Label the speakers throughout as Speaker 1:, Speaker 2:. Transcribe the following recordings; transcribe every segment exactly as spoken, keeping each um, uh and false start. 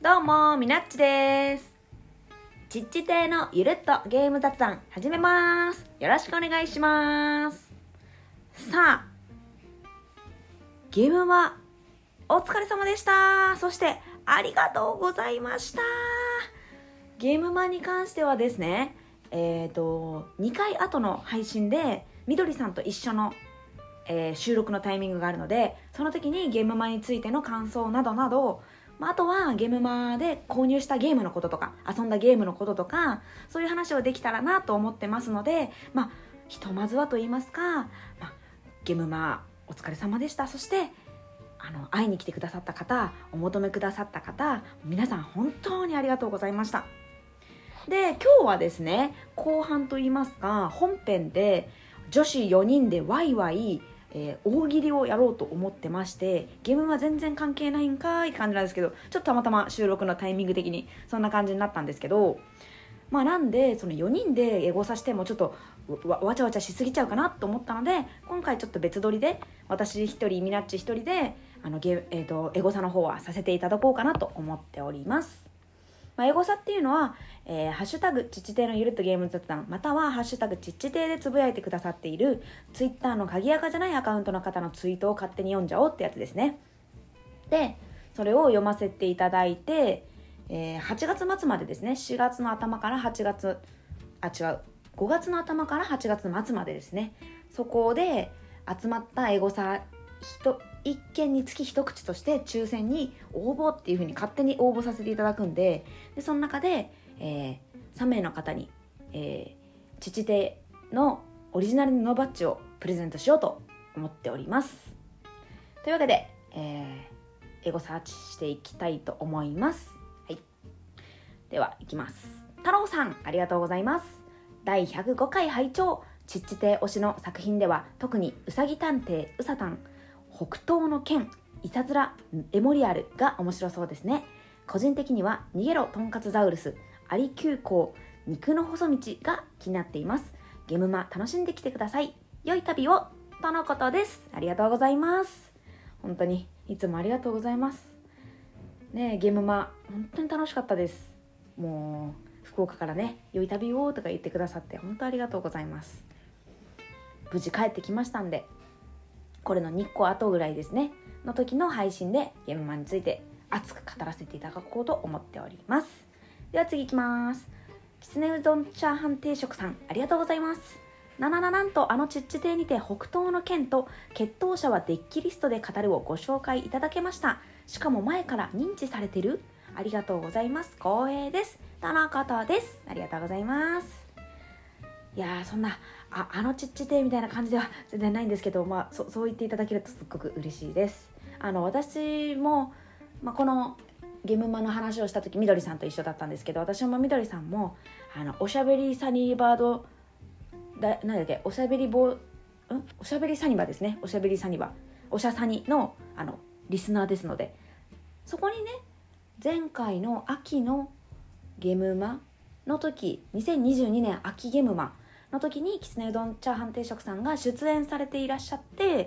Speaker 1: どうもみなっちです。ちっち亭のゆるっとゲーム雑談始めます。よろしくお願いします。さあゲームはお疲れ様でした。そしてありがとうございました。ゲームマンに関してはですね、えーとにかいごの配信でみどりさんと一緒の、えー、収録のタイミングがあるので、その時にゲームマンについての感想などなど、まあ、あとはゲームマで購入したゲームのこととか遊んだゲームのこととか、そういう話をできたらなと思ってますので、まあひとまずはと言いますか、まあ、ゲームマお疲れ様でした。そしてあの会いに来てくださった方、お求めくださった方、皆さん本当にありがとうございました。で、今日はですね、後半と言いますか、本編で女子よにんでワイワイ、えー、大喜利をやろうと思ってまして、ゲームは全然関係ないんかいって感じなんですけど、ちょっとたまたま収録のタイミング的にそんな感じになったんですけど、まあなんでそのよにんでエゴサしてもちょっとわ, わちゃわちゃしすぎちゃうかなと思ったので、今回ちょっと別撮りで私一人みなっち一人であのゲ、えー、とエゴサの方はさせていただこうかなと思っております。まあ、エゴサっていうのは、えー、ハッシュタグちっち亭のゆるっとゲーム雑談、またはハッシュタグちっち亭でつぶやいてくださっているツイッターの鍵垢じゃないアカウントの方のツイートを勝手に読んじゃおうってやつですね。でそれを読ませていただいて、えー、はちがつ末までですね、しがつの頭からはちがつあ違うごがつの頭からはちがつ末までですね、そこで集まったエゴサいっけんにつき一口として抽選に応募っていう風に勝手に応募させていただくんで、でその中で、えー、さんめいの方に、えー、ちち亭のオリジナルのバッジをプレゼントしようと思っております。というわけで、えー、エゴサーチしていきたいと思います。はい、ではいきます。太郎さんありがとうございます。だいひゃくごかい拝聴。ちっち亭推しの作品では特にうさぎ探偵うさたん、北東の剣、いたずらエモリアルが面白そうですね。個人的には逃げろとんかつザウルス、アリ急行、肉の細道が気になっています。ゲームマ楽しんできてください。良い旅をとのことです。ありがとうございます。本当にいつもありがとうございますね。えゲームマ本当に楽しかったです。もう福岡からね、良い旅をとか言ってくださって本当ありがとうございます。無事帰ってきましたんで、これのにこ後ぐらいですねの時の配信でゲームマンについて熱く語らせていただこうと思っております。では次いきます。きつねうどんチャーハン定食さんありがとうございます。ななななんとあのちっち亭にて北東の剣と決闘者はデッキリストで語るをご紹介いただけました。しかも前から認知されてる。ありがとうございます。光栄です。田中です。ありがとうございます。いやーそんなあ, あのちっち亭みたいな感じでは全然ないんですけど、まあ、そそう言っていただけるとすっごく嬉しいです。あの私も、まあ、このゲームマの話をした時みどりさんと一緒だったんですけど、私もみどりさんもあのおしゃべりサニーバードだなんだっけおしゃべりボんおしゃべりサニバですねおしゃべりサニバおしゃサニ の, あのリスナーですので、そこにね前回の秋のゲームマの時にせんにじゅうにねん秋ゲームマの時にきつねうどんチャーハン定食さんが出演されていらっしゃって、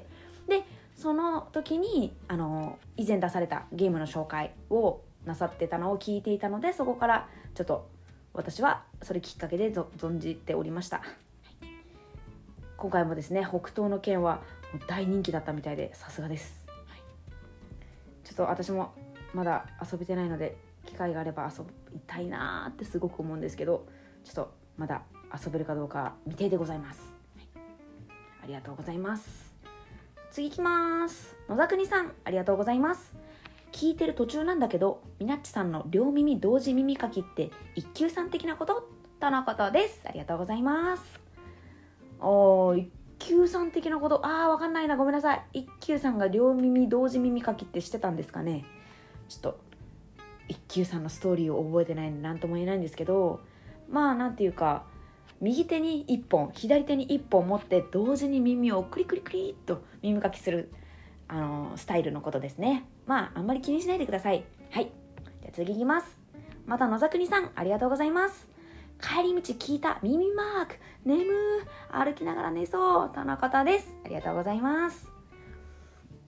Speaker 1: でその時にあの以前出されたゲームの紹介をなさってたのを聞いていたので、そこからちょっと私はそれきっかけで存じておりました。今回もですね北東の剣は大人気だったみたいでさすがです、はい、ちょっと私もまだ遊べてないので機会があれば遊びたいなってすごく思うんですけど、ちょっとまだ遊べるかどうか未定でございます、はい、ありがとうございます。次行きます。野田国さんありがとうございます。聞いてる途中なんだけどみなっちさんの両耳同時耳かきって一級さん的なこととのことです。ありがとうございます。おー一級さん的なこと、あーわかんないな、ごめんなさい。一級さんが両耳同時耳かきってしてたんですかね。ちょっと一級さんのストーリーを覚えてないので何とも言えないんですけど、まあなんていうか右手にいっぽん左手にいっぽん持って同時に耳をクリクリクリっと耳かきするあのスタイルのことですね。まああんまり気にしないでください。はい、じゃあ次いきます。また野ざくにさんありがとうございます。帰り道聞いた耳マーク、眠ー歩きながら寝そうとのことです。ありがとうございます。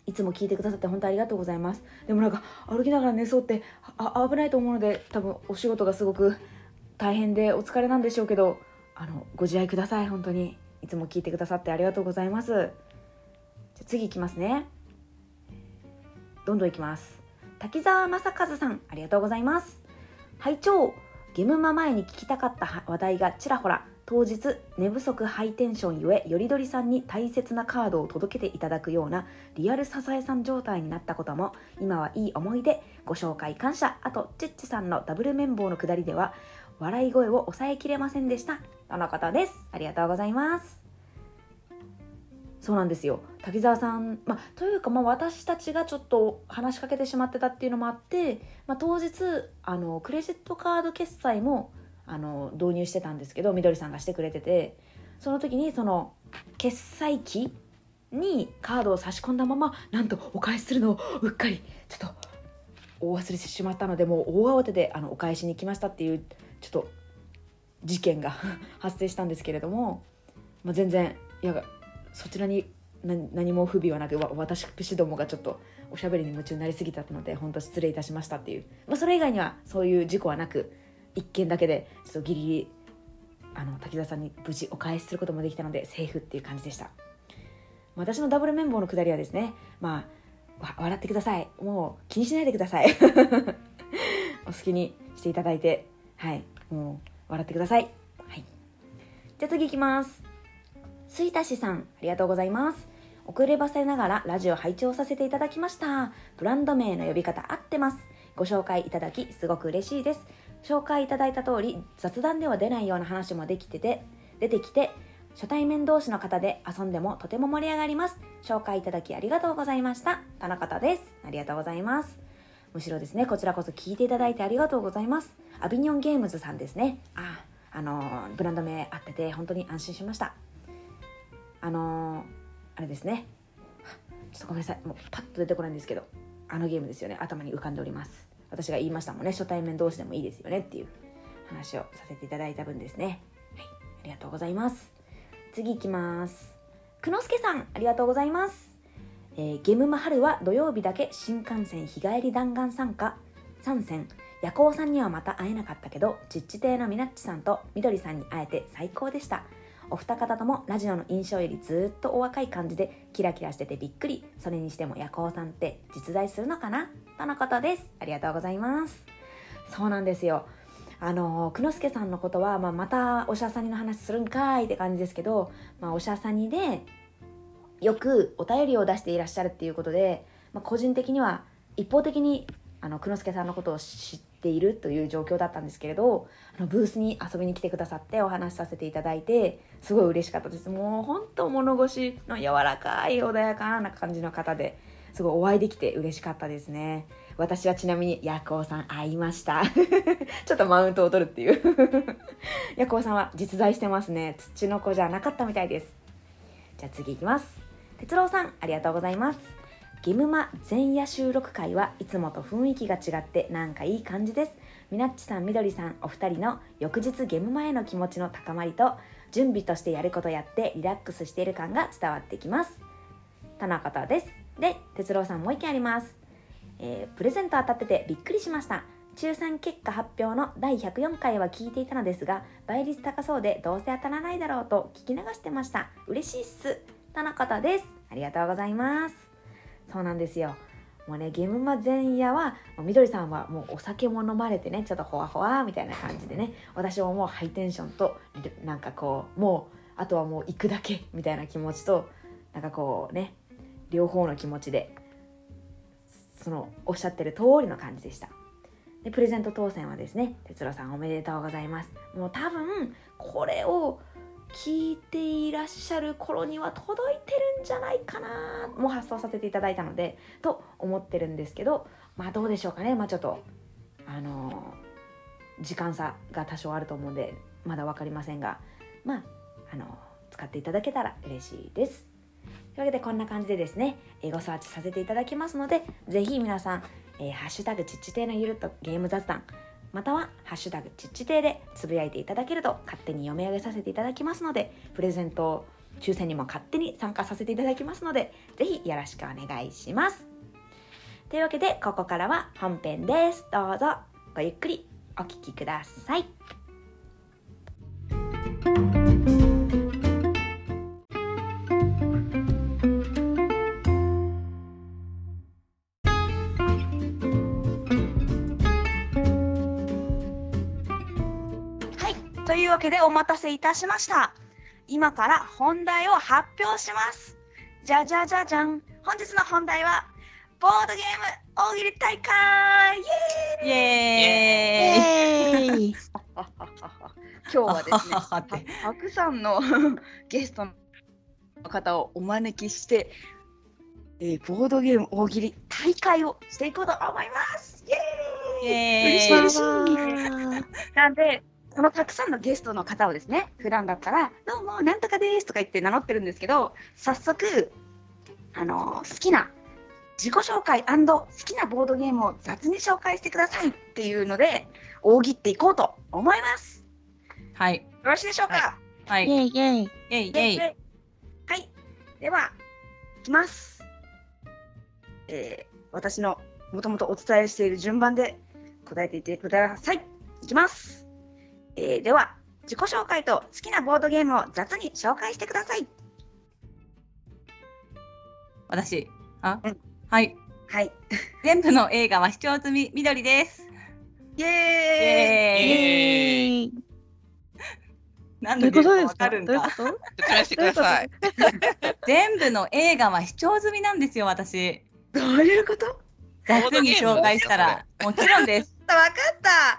Speaker 1: いつも聞いてくださって本当ありがとうございます。でもなんか歩きながら寝そうってあ危ないと思うので、多分お仕事がすごく大変でお疲れなんでしょうけど、あのご自愛ください。本当にいつも聞いてくださってありがとうございます。じゃ次いきますね。どんどんいきます。滝沢正和さん、ありがとうございます。拝聴。ゲムマ前に聞きたかった話題がちらほら。当日寝不足ハイテンションゆえよりどりさんに大切なカードを届けていただくようなリアルサザエさん状態になったことも今はいい思い出。ご紹介感謝。あとチッチさんのダブル綿棒の下りでは笑い声を抑えきれませんでした、とのことです。ありがとうございます。そうなんですよ、滝沢さん、まあ、というか、まあ、私たちがちょっと話しかけてしまってたっていうのもあって、まあ、当日あのクレジットカード決済もあの導入してたんですけど、みどりさんがしてくれてて、その時にその決済機にカードを差し込んだままなんとお返しするのをうっかりちょっとお忘れしてしまったので、もう大慌てであのお返しに来ましたっていうちょっと事件が発生したんですけれども、まあ、全然いやそちらに何, 何も不備はなく、私どもがちょっとおしゃべりに夢中になりすぎたので本当失礼いたしましたっていう、まあ、それ以外にはそういう事故はなく、一件だけでちょっとギリギリあの滝沢さんに無事お返しすることもできたのでセーフっていう感じでした。私のダブル綿棒のくだりはですね、まあ笑ってください、もう気にしないでくださいお好きにしていただいて、はいもう笑ってください。はい、じゃあ次いきます。すいたしさん、ありがとうございます。遅ればせながらラジオ拝聴させていただきました。ブランド名の呼び方合ってます。ご紹介いただきすごく嬉しいです。紹介いただいた通り雑談では出ないような話もできてて出てきて、初対面同士の方で遊んでもとても盛り上がります。紹介いただきありがとうございました、とのことです。ありがとうございます。むしろですね、こちらこそ聞いていただいてありがとうございます。アビニョンゲームズさんですね。ああのブランド名合ってて本当に安心しました。あのー、あれですね、ちょっとごめんなさい、もうパッと出てこないんですけど、あのゲームですよね、頭に浮かんでおります。私が言いましたもんね、初対面同士でもいいですよねっていう話をさせていただいた分ですね。はい、ありがとうございます。次いきます。くのすけさん、ありがとうございます。えー、ゲムマ春は土曜日だけ新幹線日帰り弾丸参加参戦。夜行さんにはまた会えなかったけど、ちっち亭のみなっちさんとみどりさんに会えて最高でした。お二方ともラジオの印象よりずっとお若い感じでキラキラしててびっくり。それにしても夜行さんって実在するのかな、とのことです。ありがとうございます。そうなんですよ、あのくのすけさんのことは、まあ、またおしゃさにの話するんかいって感じですけど、まあ、おしゃさにでよくお便りを出していらっしゃるっていうことで、まあ、個人的には一方的にあのくのすけさんのことを知っているという状況だったんですけれど、あのブースに遊びに来てくださってお話しさせていただいてすごい嬉しかったです。もう本当物腰の柔らかい穏やかな感じの方ですごいお会いできて嬉しかったですね。私はちなみにヤコウさん会いましたちょっとマウントを取るっていうヤコウさんは実在してますね。土の子じゃなかったみたいです。じゃあ次いきます。哲郎さん、ありがとうございます。ゲムマ前夜収録会はいつもと雰囲気が違ってなんかいい感じです。みなっちさん、みどりさん、お二人の翌日ゲムマへの気持ちの高まりと準備としてやることやってリラックスしている感が伝わってきます。田中方です。で、哲郎さんもう一件あります。えー、プレゼント当たっててびっくりしました。抽選結果発表のだいひゃくよんかいは聞いていたのですが、倍率高そうでどうせ当たらないだろうと聞き流してました。嬉しいっす。田中方です。ありがとうございます。そうなんですよ、もうねゲムマ前夜はみどりさんはもうお酒も飲まれてね、ちょっとほわほわみたいな感じでね、私ももうハイテンションとなんかこうもうあとはもう行くだけみたいな気持ちと、なんかこうね両方の気持ちでそのおっしゃってる通りの感じでした。でプレゼント当選はですね、哲郎さんおめでとうございます。もう多分これを聞いていらっしゃる頃には届いてるんじゃないかな、もう発送させていただいたのでと思ってるんですけど、まあどうでしょうかね。まあちょっとあのー、時間差が多少あると思うんでまだ分かりませんが、まああのー、使っていただけたら嬉しいです。というわけでこんな感じでですね、エゴサーチさせていただきますので、ぜひ皆さん、えー、ハッシュタグちっち亭のゆるっとゲーム雑談、またはハッシュタグちっち亭でつぶやいていただけると勝手に読み上げさせていただきますので、プレゼント抽選にも勝手に参加させていただきますので、ぜひよろしくお願いします。というわけでここからは本編です。どうぞごゆっくりお聞きください。というわけでお待たせいたしました。今から本題を発表します。じゃじゃじゃじゃん。本日の本題はボードゲーム大喜利大会イエーイ。イエーイ。今日はですねた、たくさんのゲストの方をお招きして、えー、ボードゲーム大喜利大会をしていこうと思います。イエーイ。イエーイ。嬉しい嬉しい。なんでこのたくさんのゲストの方をですね、普段だったら「どうもなんとかです」とか言って名乗ってるんですけど、早速、あのー、好きな自己紹介&好きなボードゲームを雑に紹介してくださいっていうので大喜っていこうと思います。
Speaker 2: はい。
Speaker 1: よろしいでしょうか。
Speaker 2: はい。
Speaker 3: イェイイェイ。
Speaker 2: イェイイェイ。
Speaker 1: はい。では、いきます。えー、私のもともとお伝えしている順番で答えていってください。いきます。えー、では自己紹介と好きなボードゲームを雑に紹介してください。
Speaker 2: 私、あ、
Speaker 1: うん、
Speaker 2: はい。
Speaker 1: はい。
Speaker 2: 全部の映画は視聴済み、緑です。
Speaker 1: イエーイ。イ
Speaker 3: エーイ。
Speaker 2: 何のゲームかわかるんだ。
Speaker 4: 説明してください。
Speaker 2: 全部の映画は視聴済みなんですよ、私。
Speaker 1: どういうこと？
Speaker 2: 雑に紹介したら、もちろんです。
Speaker 1: わかった。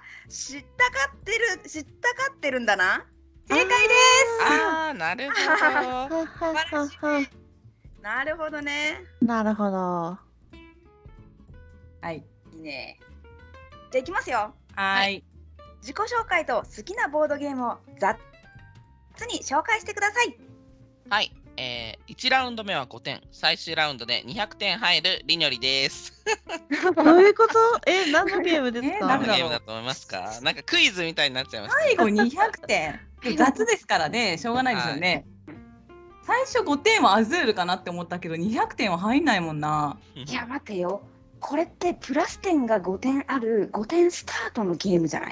Speaker 1: 知ったかってる、知ったかってるんだな。正解です。
Speaker 4: ああ、なるほど。
Speaker 1: 素晴らしい。なるほどね。
Speaker 3: なるほど。
Speaker 2: はい。
Speaker 1: いいね。じゃあいきますよ。
Speaker 2: はい。
Speaker 1: 自己紹介と好きなボードゲームを雑に紹介してください。
Speaker 4: はい。えー、いちラウンド目はごてん、最終ラウンドでにひゃくてん入るりにょりです。
Speaker 3: どういうこと？え、何のゲームですか？
Speaker 4: 何のゲームだと思いますか？なんかクイズみたいになっちゃいます、ね。
Speaker 2: 最後にひゃくてん。雑ですからね、しょうがないですよね。はい、最初ごてんはアズールかなって思ったけど、にひゃくてんは入んないもんな。
Speaker 1: いや、待てよ。これってプラス点がごてんあるごてんスタートのゲームじゃない？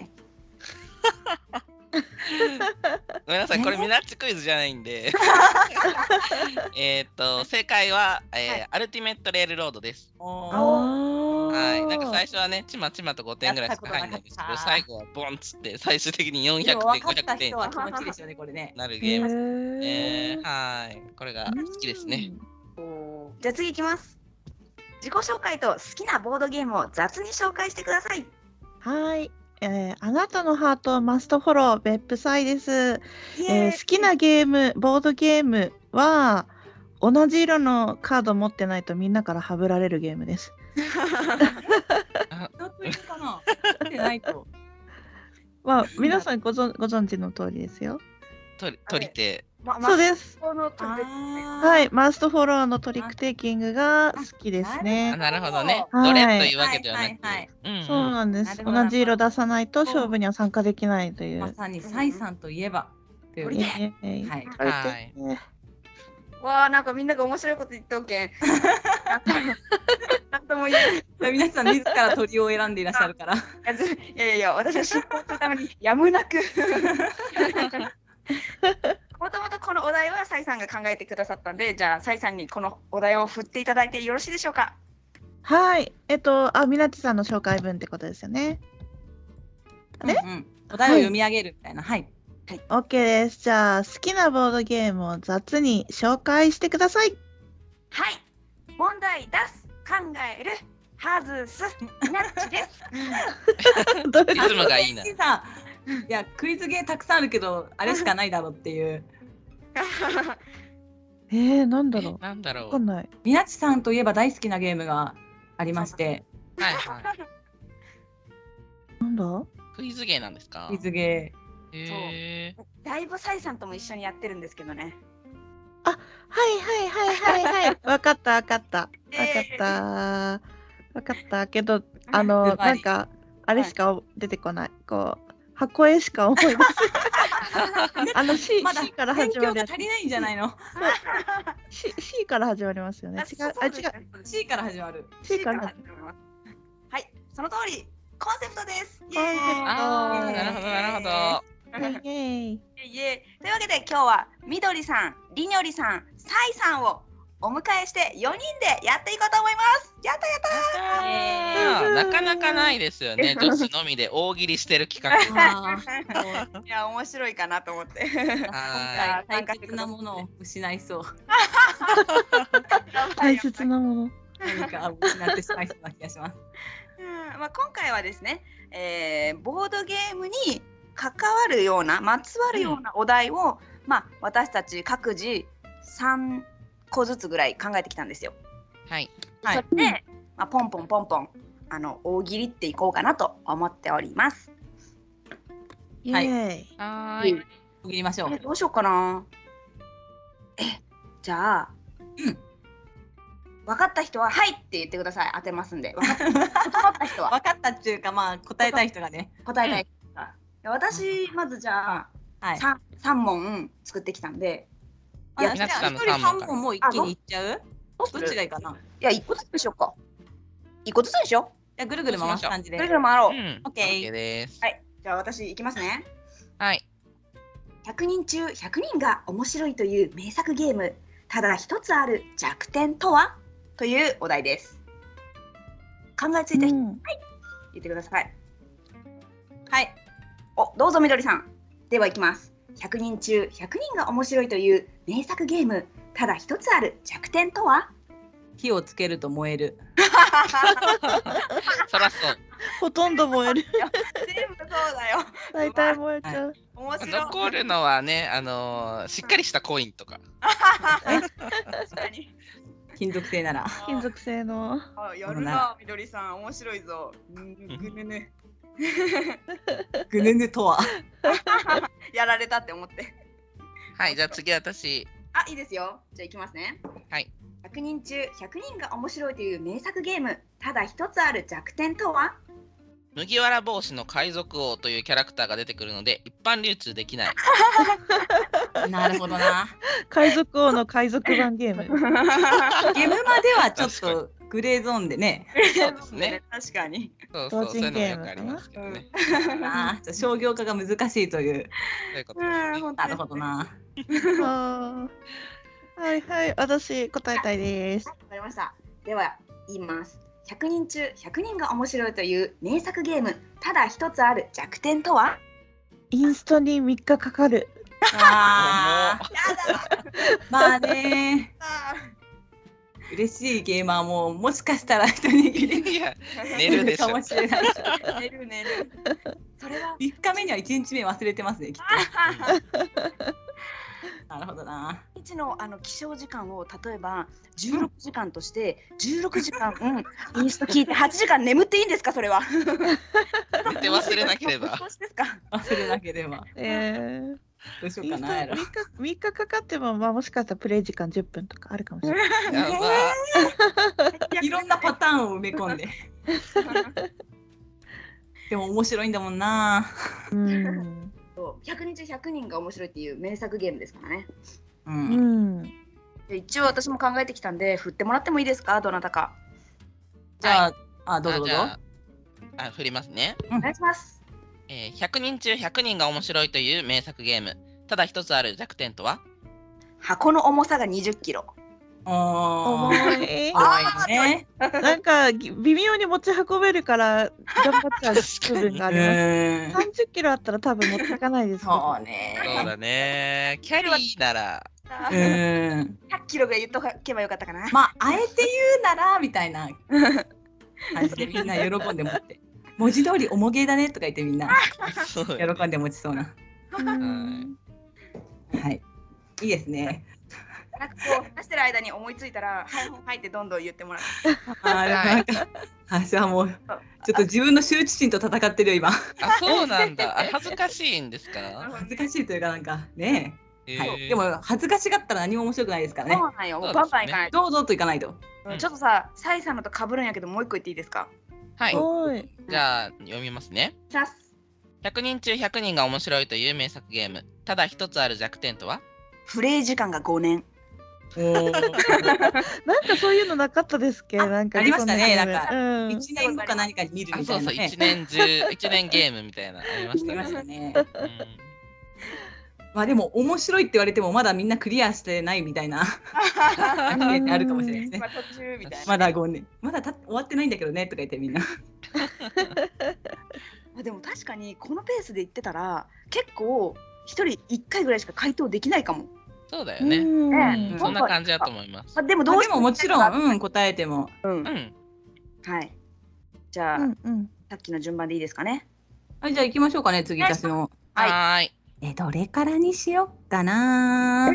Speaker 4: ごめんなさい、これミナッチクイズじゃないんで。えっと、正解は、えーはい、アルティメットレールロードです。はい、なんか最初はね、ちまちまとごてんぐらいしか入らないんですけど、最後はボンっつって最終的によんひゃくてん、ごひゃくてん
Speaker 2: は気持ちいいですよね、これね。
Speaker 4: なるゲームですね。はい、これが好きですね。
Speaker 1: じゃあ次いきます。自己紹介と好きなボードゲームを雑に紹介してください。
Speaker 3: はい。えー、あなたのハートマストフォロー別府サイです、えー、好きなゲームボードゲームは同じ色のカード持ってないとみんなからはぶられるゲームです。
Speaker 2: どっちかな？持ってないと。
Speaker 3: まあ皆さんご存ご存知の通りですよ。
Speaker 4: 取り手。
Speaker 3: ま、そうです。はい、マストフォローのトリックテイキングが好きですね。
Speaker 4: なるほどね。どれというわけではなく、
Speaker 3: そうなんです。同じ色出さないと勝負には参加できないという。
Speaker 2: まさにサイさんといえばという。
Speaker 4: はい。
Speaker 1: わあ、なんかみんなが面白いこと言っておけん。なんとも言えない。
Speaker 2: 皆さん自ら鳥を選んでいらっしゃるから。い
Speaker 1: やいやいや、私は失敗するためにやむなく。もともとこのお題はサイさんが考えてくださったんで、じゃあサイさんにこのお題を振っていただいてよろしいでしょうか。
Speaker 3: はい、えっと、あ、みなちさんの紹介文ってことですよね。
Speaker 2: あれ、うんうん、お題を読み上げるみたいな。はい。
Speaker 3: はい、オッケーです。じゃあ好きなボードゲームを雑に紹介してください。
Speaker 1: はい。問題出す、考える、外す、みなっちです。
Speaker 4: リズムがいいな。
Speaker 2: いや、クイズゲーたくさんあるけど、あれしかないだろうっていう。
Speaker 3: えー、なんだろう。
Speaker 4: なんだろう。
Speaker 3: わかんない。
Speaker 2: みなちさんといえば大好きなゲームがありまして。
Speaker 4: はいはい。
Speaker 3: なんだ？
Speaker 4: クイズゲーなんですか？
Speaker 2: クイズゲー。
Speaker 4: へ
Speaker 1: そう。だいぶサイさんとも一緒にやってるんですけどね。
Speaker 3: あ、はいはいはいはいはい。わかったわかった。わかった。わかったけど、あのなんかあれしか出てこない。こう。箱絵しか思い出せない。 あの C,
Speaker 2: まだ
Speaker 3: C から
Speaker 2: 勉強
Speaker 3: 始まるやつ。
Speaker 2: が足りないんじゃないの？
Speaker 3: C, C から始まりますよね。違う。あ、違う。
Speaker 2: C から始まる。
Speaker 3: C から始まる。
Speaker 1: はい、その通り。コンセプトです。イエーイ。
Speaker 4: ああ、なるほど、なるほど。
Speaker 3: イエーイ。
Speaker 1: イエーイ。というわけで今日はみどりさん、りにょりさん、さいさんをお迎えしてよにんでやっていこうと思います。やったやった
Speaker 4: あーなかなかないですよね。女子のみで大喜利してる企画。
Speaker 2: あーもう
Speaker 1: いや面白いかなと思って。
Speaker 2: 今
Speaker 4: は
Speaker 2: 回大切なものを失いそう。
Speaker 3: 大切なもの。
Speaker 2: 何か失ってしまいそうな気がします。
Speaker 1: うんまあ、今回はですね、えーボードゲームに関わるようなまつわるようなお題を、まあ、私たち各自さんこずつぐらい考えてきたんですよ。
Speaker 4: はい。
Speaker 2: はい
Speaker 1: それで、まあ、ポンポンポンポンあの大喜利っていこうかなと思っております。
Speaker 3: イエーイ。
Speaker 4: はーい。
Speaker 2: 区切りましょう。
Speaker 1: えどうしようかな。えじゃあ、
Speaker 2: うん
Speaker 1: 分かった人は「はい」って言ってください。当てますんで。分かった整った人は
Speaker 2: 分かったっていうか、まあ答えたい人がね。
Speaker 1: 答えたい人が、私まずじゃあ、
Speaker 2: はい。
Speaker 1: さんさん問作ってきたんで、
Speaker 2: いや、じゃあ一人半問もう一気にいっちゃう？どっちがいいかな？
Speaker 1: いやいっこずつにしようか。いっこずつにしよ
Speaker 2: じゃあぐるぐる回す感じ
Speaker 1: う。
Speaker 2: で。
Speaker 1: ぐるぐる回ろう。
Speaker 4: うん。
Speaker 2: オッケー
Speaker 4: OK です。
Speaker 1: はい、じゃあ私いきますね。
Speaker 4: はい。
Speaker 1: ひゃくにん中ひゃくにんが面白いという名作ゲーム、ただ一つある弱点とはというお題です。考えついた人、
Speaker 3: うん
Speaker 1: 言ってください。
Speaker 2: はい。
Speaker 1: お、どうぞみどりさん。ではいきます。ひゃくにん中ひゃくにんが面白いという名作ゲーム、ただ一つある弱点とは？
Speaker 2: 火をつけると燃える。
Speaker 4: そらそう。
Speaker 3: ほとんど燃える。
Speaker 1: 全部そうだよ。
Speaker 3: 大体燃えちゃう。
Speaker 1: 面白い。
Speaker 4: 残るのはね、あのーしっかりしたコインとか。
Speaker 1: 確かに。
Speaker 2: 金属製なら。
Speaker 3: 金属製の。
Speaker 1: あやるな、みどりさん、面白いぞ。ぐぬぬ。
Speaker 2: ぐぬぬとは。
Speaker 1: やられたって思って。
Speaker 4: はい、じゃあ次私。
Speaker 1: あ、いいですよ。じゃあいきますね。
Speaker 4: はい。
Speaker 1: ひゃくにん中ひゃくにんが面白いという名作ゲーム、ただ一つある弱点とは？
Speaker 4: 麦わら帽子の海賊王というキャラクターが出てくるので一般流通できない。
Speaker 2: なるほどな。
Speaker 3: 海賊王の海賊版ゲーム。
Speaker 2: ゲームまではちょっとグレーゾーンでね。
Speaker 4: そうですね。
Speaker 1: 確かに。
Speaker 4: そうそう、
Speaker 3: 同
Speaker 4: そういうのも
Speaker 3: 人ゲーム
Speaker 4: よくありますけどね。
Speaker 2: ああ、商業化が難しいという。
Speaker 4: そういうことですね。
Speaker 2: なるほどな。
Speaker 3: あーはいはい、私答えたいです。
Speaker 1: わかりました。では言います。ひゃくにん中ひゃくにんが面白いという名作ゲーム、ただ一つある弱点とは？
Speaker 3: インストにみっかかかる。
Speaker 2: ああ、
Speaker 1: やだ。
Speaker 2: まあね。嬉しいゲーマーももしかしたら一握り
Speaker 4: いや、寝るでしょ
Speaker 2: かもしれない。
Speaker 1: 寝る寝る。それは。
Speaker 2: みっかめにはいちにちめ忘れてますね、きっと。なるほどな。
Speaker 1: 一日のあの起床時間を例えばじゅうろくじかんとしてじゅうろくじかん、うん、インスト聞いてはちじかん眠っていいんですかそれは。
Speaker 4: 寝て忘れなければ。
Speaker 1: どうしてですか。
Speaker 2: 忘れなければ。
Speaker 3: えー、
Speaker 2: どうしよ
Speaker 3: インスト
Speaker 2: うかな。やろ
Speaker 3: みっかみっかかかっても、まあ、もしかしたらプレイ時間じゅっぷんとかあるかもしれない。
Speaker 4: やば。
Speaker 2: いろんなパターンを埋め込んで。でも面白いんだもんな。
Speaker 3: うん。
Speaker 1: ひゃくにん中ひゃくにんが面白いっていう名作ゲームですからね。
Speaker 2: う。
Speaker 3: うんん。
Speaker 1: で一応私も考えてきたんで振ってもらってもいいですか、どなたか。
Speaker 2: じゃあ、あ、どうぞどうぞ。
Speaker 4: あじゃあ、あ振りますね。
Speaker 1: お願いします。
Speaker 4: えー、ひゃくにん中ひゃくにんが面白いという名作ゲーム。ただ一つある弱点とは？
Speaker 1: 箱の重さがにじゅっキロ。
Speaker 2: おー。
Speaker 3: 重い。
Speaker 2: 重いね。
Speaker 3: なんかぎ微妙に持ち運べるから頑張っちゃう部分があります。
Speaker 2: うん。
Speaker 3: さんじゅっキロあったら多分持っていかないですけど。
Speaker 2: そうね。
Speaker 4: そうだね。キャリーなら。
Speaker 2: うん。
Speaker 1: ひゃっキロが言っとけばよかったかな。
Speaker 2: まあ、あえて言うならみたいな感じでみんな喜んで持って。文字通り重げだねとか言ってみんな
Speaker 4: そう
Speaker 2: 喜んで持ちそうな。
Speaker 3: うん
Speaker 2: はい。いいですね。
Speaker 1: なんかこう話してる間に思いついたら、はいはいってどんどん言ってもらう。
Speaker 2: あーなんか、あ、じゃあもう、ちょっと自分の羞恥心と戦ってるよ、今。
Speaker 4: あ、そうなんだ。あ、恥ずかしいんですか？
Speaker 2: 恥ずかしいというか、なんかね。はい。
Speaker 4: えー
Speaker 2: でも、恥ずかしがったら何も面白くないですからね。
Speaker 1: そうなんよ。もうバンバンいかないと。
Speaker 2: どうぞといかないと。
Speaker 1: うんちょっとさ、サイさんのと被るんやけど、もう一個言っていいですか。
Speaker 4: はい。
Speaker 3: おい。
Speaker 4: じゃあ、読みますね。
Speaker 1: チャス。
Speaker 4: ひゃくにん中ひゃくにんが面白いという名作ゲーム。 ただ一つある弱点とは？
Speaker 5: プレイ時間がごねん。
Speaker 2: お
Speaker 3: なんかそういうのなかったですっけ？なんか
Speaker 2: ありましたね
Speaker 3: そんなゲーム
Speaker 2: なんか
Speaker 3: うん
Speaker 2: 一年後か何かに見る
Speaker 4: あ、そうそう、
Speaker 2: みたいなね。
Speaker 4: 一年中、一年ゲームみたいな、ありまし
Speaker 2: ありま
Speaker 4: たね。
Speaker 2: したね。
Speaker 4: うん
Speaker 2: まあでも面白いって言われてもまだみんなクリアしてないみたいなアニメってあるかもしれないですね。
Speaker 5: まあ途中みたいな。
Speaker 2: まだごねん、まだた終わってないんだけどねとか言ってみんな。
Speaker 5: まあでも確かにこのペースで言ってたら結構一人一回ぐらいしか回答できないかも。
Speaker 4: そうだよね。
Speaker 3: うん
Speaker 5: ね
Speaker 4: うんそんな感じだと思います。
Speaker 5: まあ、でも
Speaker 2: まあで
Speaker 5: どうして
Speaker 2: ももちろん、うん、答えても。
Speaker 5: うん
Speaker 4: うん。
Speaker 5: はい。じゃあ、
Speaker 3: うんうん。
Speaker 5: さっきの順番でいいですかね。
Speaker 2: はい、じゃあ行きましょうかね、次私の。
Speaker 5: はい
Speaker 4: はーい。
Speaker 2: え、どれからにしよっかな。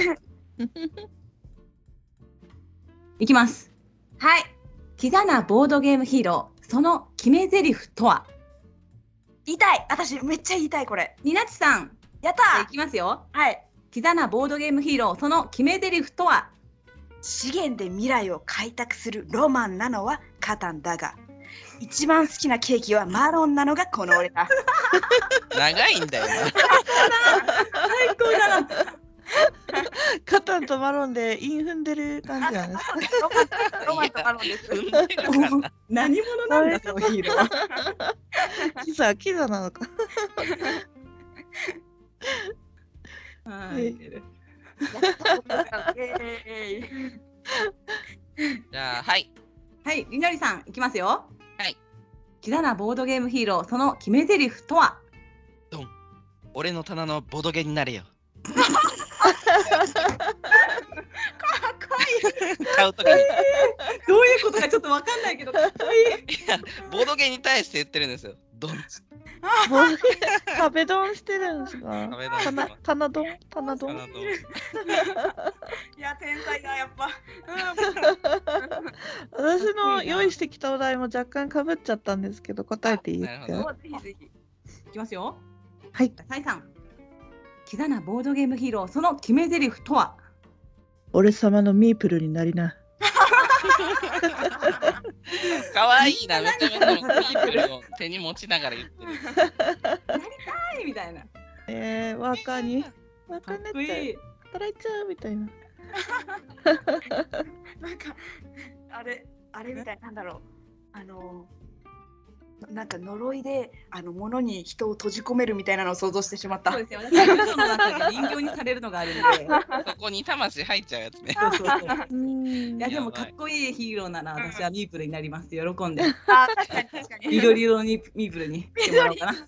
Speaker 2: いきます。
Speaker 5: はい。
Speaker 2: キザなボードゲームヒーロー、その決め台詞とは？
Speaker 5: 言いたい。私めっちゃ言いたいこれ。
Speaker 2: ニナチさん、
Speaker 5: やっ
Speaker 2: じゃあ
Speaker 5: た
Speaker 2: いきますよ。
Speaker 5: ー。はい。
Speaker 2: キザなボードゲームヒーロー、その決め台詞とは？
Speaker 5: 資源で未来を開拓するロマンなのはカタンだが、一番好きなケーキはマロンなのがこの俺だ。
Speaker 4: 長いんだよな。
Speaker 2: 最高だな。
Speaker 3: カタンとマロンでイン踏んでる感じなんですか？
Speaker 5: ロマンとマロンです。
Speaker 4: 踏んでるかな。
Speaker 2: 何者なんだ、そのヒーローは。
Speaker 3: キザキザなのか。
Speaker 2: はい。
Speaker 4: じゃあ、はい。
Speaker 2: はい、りのりさん、いきますよ。
Speaker 4: はい。
Speaker 2: キザなボードゲームヒーロー、その決め台詞とは？
Speaker 4: 俺の棚のボドゲになれよ。
Speaker 5: かっこいい。
Speaker 4: 買うときに。
Speaker 2: どういうことかちょっとわかんないけど、かっこいい。
Speaker 4: いや、ボドゲに対して言ってるんですよ。ドンツ。
Speaker 3: もう壁ドンしてるんですか？
Speaker 4: 壁ドン
Speaker 3: 棚棚ドン棚ドン。
Speaker 4: 棚ドン
Speaker 5: いや天才だやっぱ。
Speaker 3: 私の用意してきたお題も若干かぶっちゃったんですけど、答えていいです
Speaker 4: なるほ
Speaker 3: か？
Speaker 5: ぜひぜひ。
Speaker 2: いきますよ。
Speaker 3: はい。
Speaker 2: サイさん。キザなボードゲームヒーロー、その決め台詞とは？
Speaker 3: 俺様のミープルになりな。
Speaker 4: かわいいな、めちゃめちゃピープルを手に持ちながら言ってる。
Speaker 2: はいみたいな。
Speaker 3: えー、若に
Speaker 2: か
Speaker 3: 若
Speaker 2: っこい
Speaker 3: になっちゃう
Speaker 2: い。
Speaker 3: 働いちゃうみたいな。
Speaker 5: なんかあれあれみたいなんだろう。あのなんか呪いであの物に人を閉じ込めるみたいなのを想像してしまった。
Speaker 2: そうですよ。私は人の中で人形にされるのがあるんで。
Speaker 4: そこに魂入っちゃうやつね。
Speaker 2: そうそうそう。
Speaker 3: うーん
Speaker 2: いやでもかっこいいヒーローなら私はミープルになります。喜んで。
Speaker 5: あ確かに確かに。
Speaker 2: 緑色にミープルにしてもらおうかな。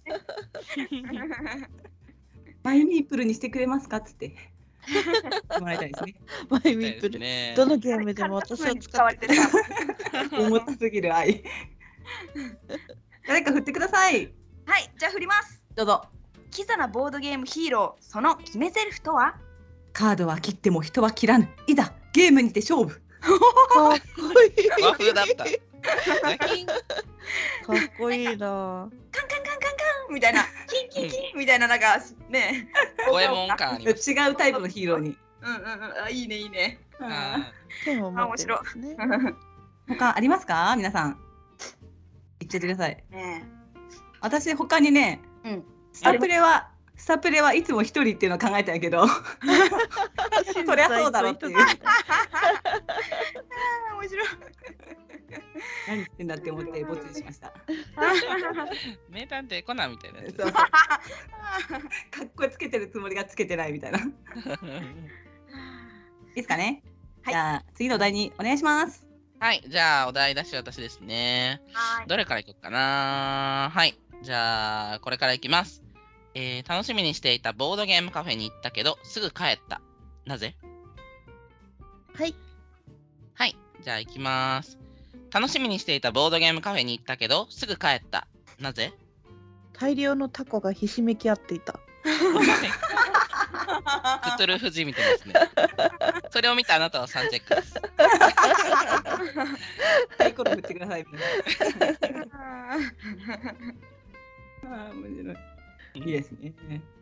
Speaker 2: マイミープルにしてくれますかっつって。もらいたいですね。
Speaker 3: マイミープル。
Speaker 4: ね
Speaker 3: どのゲームでも私を使
Speaker 5: わ
Speaker 3: って
Speaker 5: れてた。
Speaker 2: 重たすぎる愛。誰か振ってください。
Speaker 5: はいじゃあ振ります。
Speaker 2: どうぞ。
Speaker 5: キザなボードゲームヒーローその決め台詞とは？
Speaker 2: カードは切っても人は切らぬ。いざゲームにて勝負。
Speaker 3: かっこいい。
Speaker 4: 和風だった。ザキン
Speaker 3: かっこいいな。
Speaker 5: カンカンカンカンカンみたいなキンキンキンみたいななんかね。
Speaker 4: 五右衛門感ありまし
Speaker 2: 違うタイプのヒーローに。
Speaker 5: うんうんうんあいいねいいね。
Speaker 4: た。
Speaker 2: あ
Speaker 4: あ
Speaker 3: 剣を持ってるんですね。
Speaker 2: ー他ありますか皆さん。言っちゃってください。
Speaker 5: ね
Speaker 2: 私他にね、
Speaker 5: え。うん。
Speaker 2: スタプレはスタプレはいつも一人っていうのを考えたんやけど、そりゃそうだろうっていう。
Speaker 5: あ面白い。
Speaker 2: 何言ってんだって思ってボツにしました。
Speaker 4: ー名探偵コナンみたいなやつ。
Speaker 2: そうかっこつけてるつもりがつけてないみたいな。いいですかね。
Speaker 5: はい
Speaker 2: じゃあ次のお題にお願いします。
Speaker 4: はい、じゃあお題出し私ですね。
Speaker 5: はい。
Speaker 4: どれからいこうかな。はい、じゃあこれからいきます。えー、楽しみにしていたボードゲームカフェに行ったけどすぐ帰った。なぜ？
Speaker 3: はい。
Speaker 4: はい、じゃあ行きます。楽しみにしていたボードゲームカフェに行ったけどすぐ帰った。なぜ？
Speaker 3: 大量のタコがひしめき合っていた。
Speaker 4: クトゥルフじみてますね。それを見たあなたはさんチェックです。
Speaker 2: サイコロ振ってください。ああ面白い。いいですね。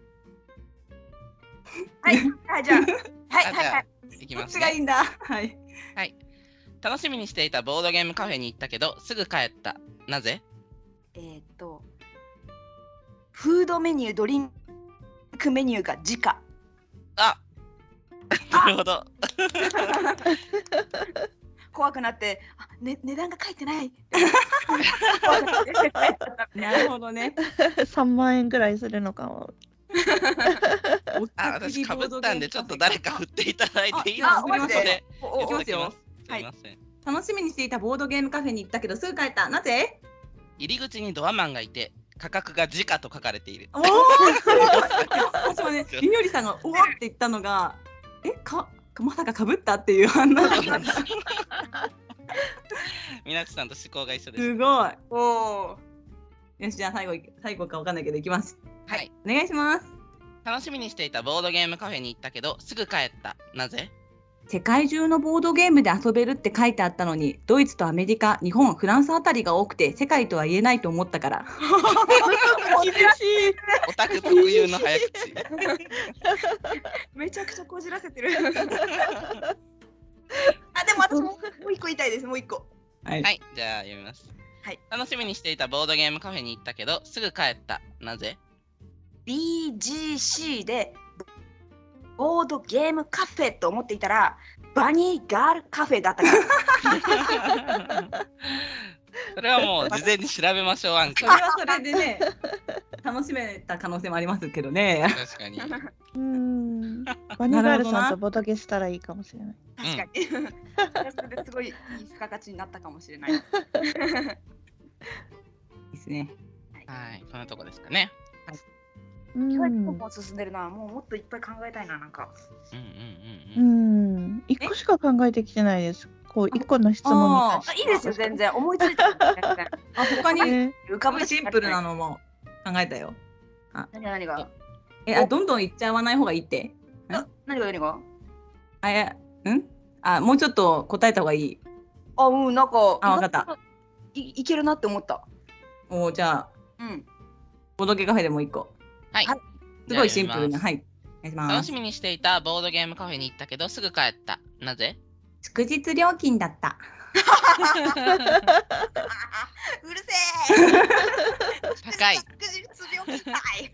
Speaker 5: はいはいじゃあはいはいはい。
Speaker 4: いきますね。
Speaker 2: どっちがいいんだ。はい。
Speaker 4: 楽しみにしていたボードゲームカフェに行ったけどすぐ帰った。なぜ？
Speaker 5: えーっとフードメニュードリンクメニューが時価。
Speaker 4: あなるほど。
Speaker 5: 怖くなってあ、ね、値段が書いてない
Speaker 2: なるほどね。
Speaker 3: さんまんえんぐらいするのかも。
Speaker 4: あ、私かぶったんでちょっと誰か振っていただいていいです
Speaker 2: あ
Speaker 4: か？
Speaker 2: マジで
Speaker 4: ここで
Speaker 2: いきますよ。
Speaker 4: すいません。
Speaker 2: 楽しみにしていたボードゲームカフェに行ったけどすぐ帰った。なぜ？
Speaker 4: 入り口にドアマンがいて価格が時価と書かれている。
Speaker 2: おお。私もね、りにょりさんがおおって言ったのが、え、か、まさかかぶったっていう反応だったんです。
Speaker 4: みなちさんと思考が一緒です。
Speaker 2: すごい。
Speaker 5: おお。
Speaker 2: よし、じゃあ最後最後かわかんないけど行きます。
Speaker 4: はい。
Speaker 2: お願いします。
Speaker 4: 楽しみにしていたボードゲームカフェに行ったけどすぐ帰った。なぜ？
Speaker 2: 世界中のボードゲームで遊べるって書いてあったのに、ドイツとアメリカ、日本、フランスあたりが多くて世界とは言えないと思ったから。
Speaker 3: 厳しい。
Speaker 4: オタク特有の早口。
Speaker 5: めちゃくちゃこじらせてる。あ、でも私ももう一個言いたいです。もう一個。
Speaker 2: はい。
Speaker 4: はい、じゃあ読みます。
Speaker 5: はい。
Speaker 4: 楽しみにしていたボードゲームカフェに行ったけどすぐ帰った。なぜ？
Speaker 5: ビージーシー でボードゲームカフェと思っていたらバニーガールカフェだったから。
Speaker 4: それはもう事前に調べましょう。アンケ
Speaker 2: それはそれでね、楽しめた可能性もありますけどね。
Speaker 4: 確かに。
Speaker 3: うん。バニーガールさんとボトゲしたらいいかもしれない。
Speaker 5: 確かに。それですごいいい付加価値になったかもしれない。
Speaker 2: いいですね。
Speaker 4: はい、そんなとこですかね。
Speaker 3: うん
Speaker 5: 意外とも進んでるな。もうもっといっぱい考えたいな、なんか。
Speaker 4: うんうんうんうん。
Speaker 3: うん。一個しか考えてきてないです。こう一個の質問に
Speaker 2: あ
Speaker 5: あ、いいですよ、全然。思いついた。全然
Speaker 2: あ、他に
Speaker 3: え
Speaker 5: 浮かぶ
Speaker 2: シンプルな。のも考えたよ。
Speaker 5: 何が何が
Speaker 2: え、あ、どんどんいっちゃわない方がいいって。
Speaker 5: あ、何が何が
Speaker 2: あ、いや、ん？あ、もうちょっと答えた方がいい。
Speaker 5: あ、うん、なんか。
Speaker 2: あ、わかった。
Speaker 5: いいけるなって思った。
Speaker 2: お、じゃあ、
Speaker 5: うん。
Speaker 2: ボードゲカフェでもう一個。
Speaker 4: はい。
Speaker 2: すごいシンプルな。
Speaker 4: じゃあ
Speaker 2: はい。お願いします。
Speaker 4: 楽しみにしていたボードゲームカフェに行ったけどすぐ帰った。なぜ？
Speaker 2: 祝日料金だった。
Speaker 5: うるせえ。
Speaker 4: 高い。
Speaker 5: 祝日料金高い。